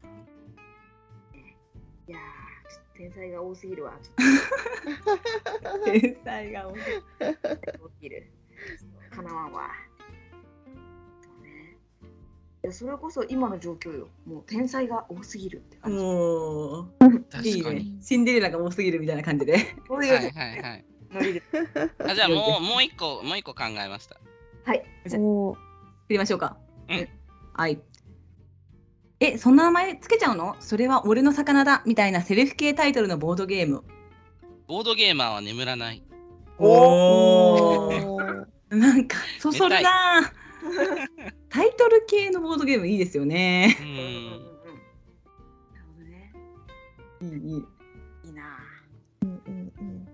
Speaker 5: いやー天才が多すぎるわ。ちょ
Speaker 2: 天才が多い。
Speaker 5: っと多すぎる。かなわんわ。そうね。いやそれこそ今の状況よ。もう天才が多すぎるって感じ。
Speaker 2: もういいね
Speaker 4: 確かに。。
Speaker 2: シンデレラが多すぎるみたいな感じで。
Speaker 5: そう
Speaker 4: はいいうはいはい。
Speaker 5: ノリで。
Speaker 4: あ、じゃあもうもう一個もう一個考えました。
Speaker 5: はい。
Speaker 3: おー
Speaker 2: 振りましょうか。
Speaker 4: うん
Speaker 2: はい。え、そんな名前つけちゃうの？それは俺の魚だみたいなセルフ系タイトルのボードゲーム。
Speaker 4: ボードゲーマーは眠らない。
Speaker 2: おー。
Speaker 3: おー
Speaker 2: なんかそそるなー。タイトル系のボードゲームいいですよね。
Speaker 4: う
Speaker 5: うんうんうんうん。
Speaker 4: ん。
Speaker 5: なるほどね。
Speaker 2: いいいい。
Speaker 5: いいな。
Speaker 3: うんうんうん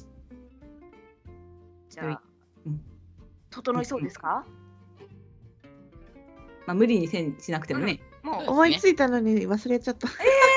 Speaker 5: じゃあ、
Speaker 2: うん
Speaker 5: 整いそうですか？
Speaker 2: まあ無理にせんしなくてもね。
Speaker 5: もう
Speaker 3: 思いついたのに忘れちゃった。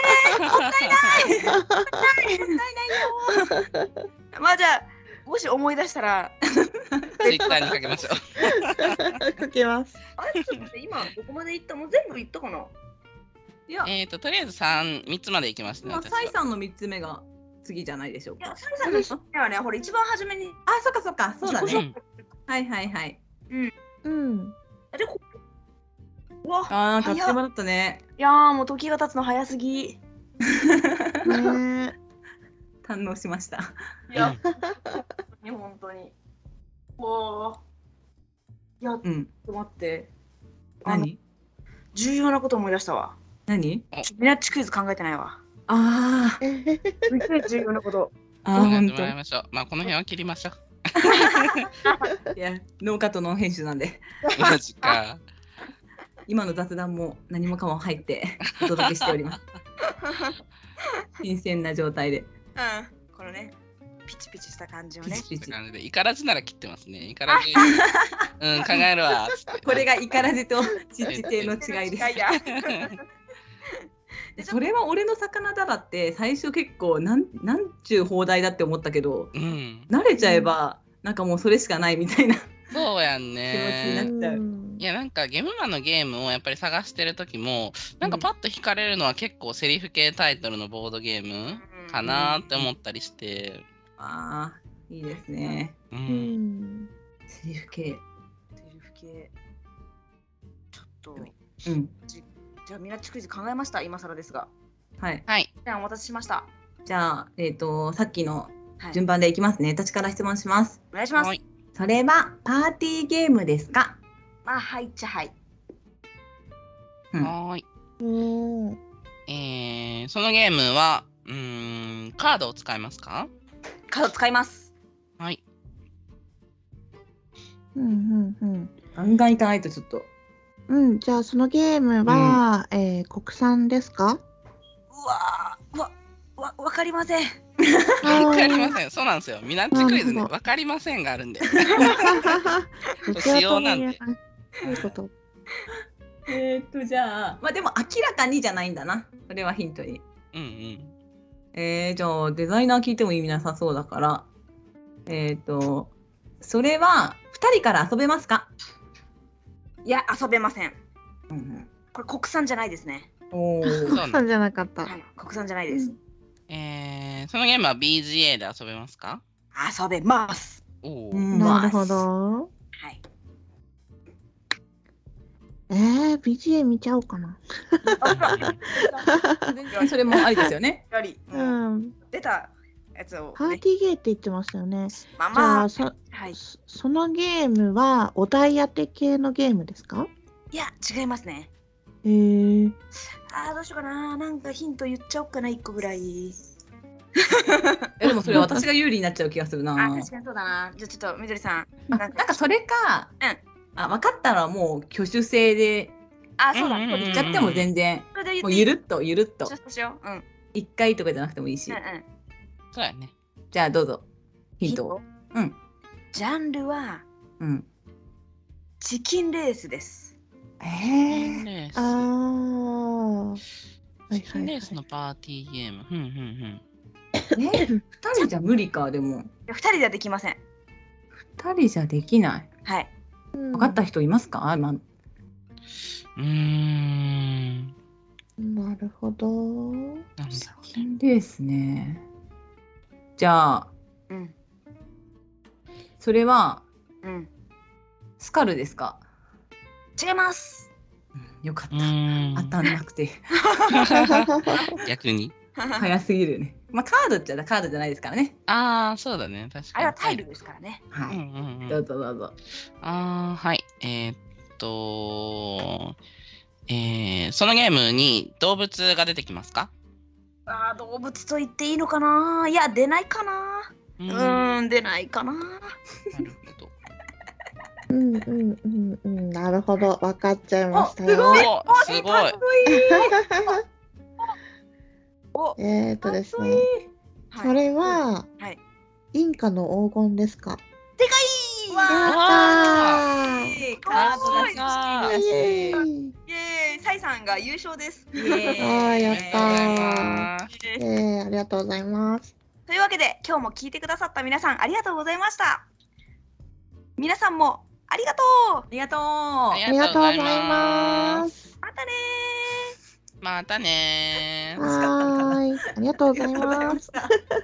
Speaker 5: まあじゃあもし思い出したら
Speaker 4: ツイッターにかけましょう。
Speaker 3: かけます。
Speaker 5: あれちょっと待って今どこまで行ったもう全部行ったかな。
Speaker 2: いや、
Speaker 4: えっととりあえず三三つまで行きましたね。
Speaker 2: まあ
Speaker 4: 私は
Speaker 2: サイさんの三つ目が次じゃないでしょう
Speaker 5: いや
Speaker 2: か。
Speaker 5: サリさんの一目はねほら一番初めに
Speaker 2: あ、そっかそっか、そうだね。
Speaker 4: うん
Speaker 2: はいはいはい。
Speaker 3: うん。
Speaker 5: あれこうわ
Speaker 2: ああ、とっ
Speaker 5: 早っ
Speaker 2: てもだったね。
Speaker 5: いやーもう時が経つの早すぎ。
Speaker 3: ねえ。
Speaker 2: 堪能しました。
Speaker 5: いやね本当に。わあ。いやちょっ
Speaker 2: うん。
Speaker 5: と待って。あの
Speaker 2: 何？
Speaker 5: 重要なこと思い出したわ。
Speaker 2: 何？
Speaker 5: ミナッチクイズ考えてないわ。
Speaker 2: あ
Speaker 3: えへへ
Speaker 5: すっごい重要なこと。
Speaker 2: あ、ああ、本
Speaker 4: やってもらいましょう。まあこの辺は切りましょう。
Speaker 2: 当。いや、ノーカットノー編集なんで、
Speaker 4: マジか。
Speaker 2: 今の雑談も何もかも入ってお届けしております。新鮮な状態で。
Speaker 5: うん。このねピチピチした感じをね
Speaker 2: ピチ。ピチ。
Speaker 4: って感じで、イカラジなら切ってますね。イカラジ。うん、考えるわ。つって
Speaker 2: これがイカラジとチッチ亭の違いです。
Speaker 5: いや。
Speaker 2: それは俺の魚だだって最初結構なんなんちゅう放題だって思ったけど、
Speaker 4: うん。
Speaker 2: 慣れちゃえばなんかもうそれしかないみたいな。
Speaker 4: そうやん
Speaker 2: 気持ちに
Speaker 4: ね。
Speaker 2: なっちゃう
Speaker 4: いやなんかゲームマンのゲームをやっぱり探してる時もなんかパッと惹かれるのは結構セリフ系タイトルのボードゲームかなって思ったりして、
Speaker 2: ああ、いいですね。
Speaker 4: う、
Speaker 3: うんん。
Speaker 2: セリフ系。
Speaker 5: セリフ系。ちょっと。
Speaker 2: うん。
Speaker 5: じゃあミナッチクイズ考えました今更ですが。
Speaker 2: はい。
Speaker 4: はい。
Speaker 5: じゃあお待たせしました。
Speaker 2: じゃあ、えっ、と、さっきの
Speaker 5: はい。
Speaker 2: 順番でいきますね。私から質問します。
Speaker 5: お願いします。
Speaker 4: はい
Speaker 2: それはパーティーゲームですか？
Speaker 5: まあはいっちゃはい。
Speaker 2: うん
Speaker 4: はーい。
Speaker 3: うん。
Speaker 4: えー、そのゲームはうーんカードを使いますか？
Speaker 5: カード使います。
Speaker 4: はい。
Speaker 3: うんうんうん。
Speaker 2: ガンガンいかないとちょっと。
Speaker 3: うん、じゃあそのゲームは、えー国産ですか？
Speaker 5: うわー、うわ、わ、わかりません。
Speaker 4: わかりません。そうなんですよ。ミナッチクイズね、
Speaker 3: なるほど
Speaker 4: わかりませんがあるんで。
Speaker 3: どちらとも
Speaker 4: 仕様なんで
Speaker 3: 言えないそういうこと。
Speaker 2: えっと、じゃあ、まあでも明らかにじゃないんだな。それはヒントに。
Speaker 4: うんうん。
Speaker 2: えー、じゃあデザイナー聞いても意味なさそうだから。えっ、と、それはふたりから遊べますか？
Speaker 5: いや、遊べません。
Speaker 2: うんうん、
Speaker 5: これ国産じゃないですね。
Speaker 2: お
Speaker 3: 国産じゃなかった。
Speaker 5: はい、国産じゃないです。
Speaker 4: えー、そのゲームは ビージーエー で遊べますか？
Speaker 5: 遊べます。
Speaker 4: お
Speaker 3: なるほど。
Speaker 5: はい。
Speaker 3: えー、ビージーエー 見ちゃおうかな。
Speaker 2: それもありですよね。
Speaker 5: やり、
Speaker 3: うん。
Speaker 5: 出たやつを、ね。
Speaker 3: パーティーゲーって言ってましたよね。
Speaker 5: まあまあ、
Speaker 3: じゃあそ、
Speaker 5: はい、
Speaker 3: そのゲームはお題当て系のゲームですか？
Speaker 5: いや、違いますね。
Speaker 3: へえー。
Speaker 5: あー、どうしようかな。なんかヒント言っちゃおうかな、一個ぐらい。
Speaker 2: でもそれ私が有利になっちゃう気がするな。
Speaker 5: あ、確かにそうだな。じゃあちょっとみどりさん。
Speaker 2: なんか、なんかそれか、
Speaker 5: うん、
Speaker 2: あ、分かったのはもう挙手制で、
Speaker 5: あ、そうだ。
Speaker 2: 言っちゃっても全然、
Speaker 5: それで言って
Speaker 2: もうゆるっとゆるっと。
Speaker 5: そうしよう。うん。
Speaker 2: 一回とかじゃなくてもいいし。
Speaker 5: うんうん。
Speaker 4: そうやね。
Speaker 2: じゃあどうぞ。ヒントを。うん。
Speaker 5: ジャンルは、
Speaker 2: うん。
Speaker 5: チキンレースです。
Speaker 2: えー、
Speaker 4: レース。
Speaker 3: あー。
Speaker 4: チキンレースのパーティーゲーム。ふんふんふん。
Speaker 2: え、二人じゃ無理か、でも。
Speaker 5: 二人ではできません。
Speaker 2: 二人じゃできない。
Speaker 5: はい。
Speaker 2: 分かった人いますか？今。
Speaker 4: うーん。
Speaker 3: なるほど。
Speaker 4: なんだろうね。
Speaker 2: チキンレースね。じゃあ、
Speaker 5: うん。
Speaker 2: それは、
Speaker 5: うん。
Speaker 2: スカルですか？
Speaker 5: 違います。
Speaker 2: うん、よかった。
Speaker 4: うーん
Speaker 2: 当たんなくて。
Speaker 4: 逆に。
Speaker 2: 早すぎるね。まあカードっちゃカードじゃないですからね。
Speaker 4: ああ、そうだね。確かに。
Speaker 5: あれはタイルですからね。
Speaker 2: はい。
Speaker 4: うんうんうん、
Speaker 2: どうぞどうぞ。
Speaker 4: ああ、はい。えー、っと、えー、そのゲームに動物が出てきますか？
Speaker 5: あー、動物と言っていいのかな。いや、出ないかな。うーん、出ないかな。
Speaker 4: なるほど。
Speaker 3: うんうんうんうん、なるほど、分かっちゃいましたよ。
Speaker 4: お、すごい。
Speaker 5: お、
Speaker 3: えっとですね、それは、
Speaker 5: はい、
Speaker 3: インカの黄金ですか？
Speaker 5: でかい。
Speaker 3: わ
Speaker 5: ー、
Speaker 2: カードだし。
Speaker 3: イエーイ。
Speaker 5: イエーイ、サイさんが優勝です。
Speaker 2: イエーイ。
Speaker 3: あー、やったー。えー、ありがとうございます。
Speaker 5: というわけで、今日も聞いてくださった皆さん、ありがとうございました。皆さんもありがとう。
Speaker 2: ありがとう。
Speaker 3: ありがとうございます。
Speaker 5: またね
Speaker 4: ー。またねー。
Speaker 3: はーい、ありがとうございます。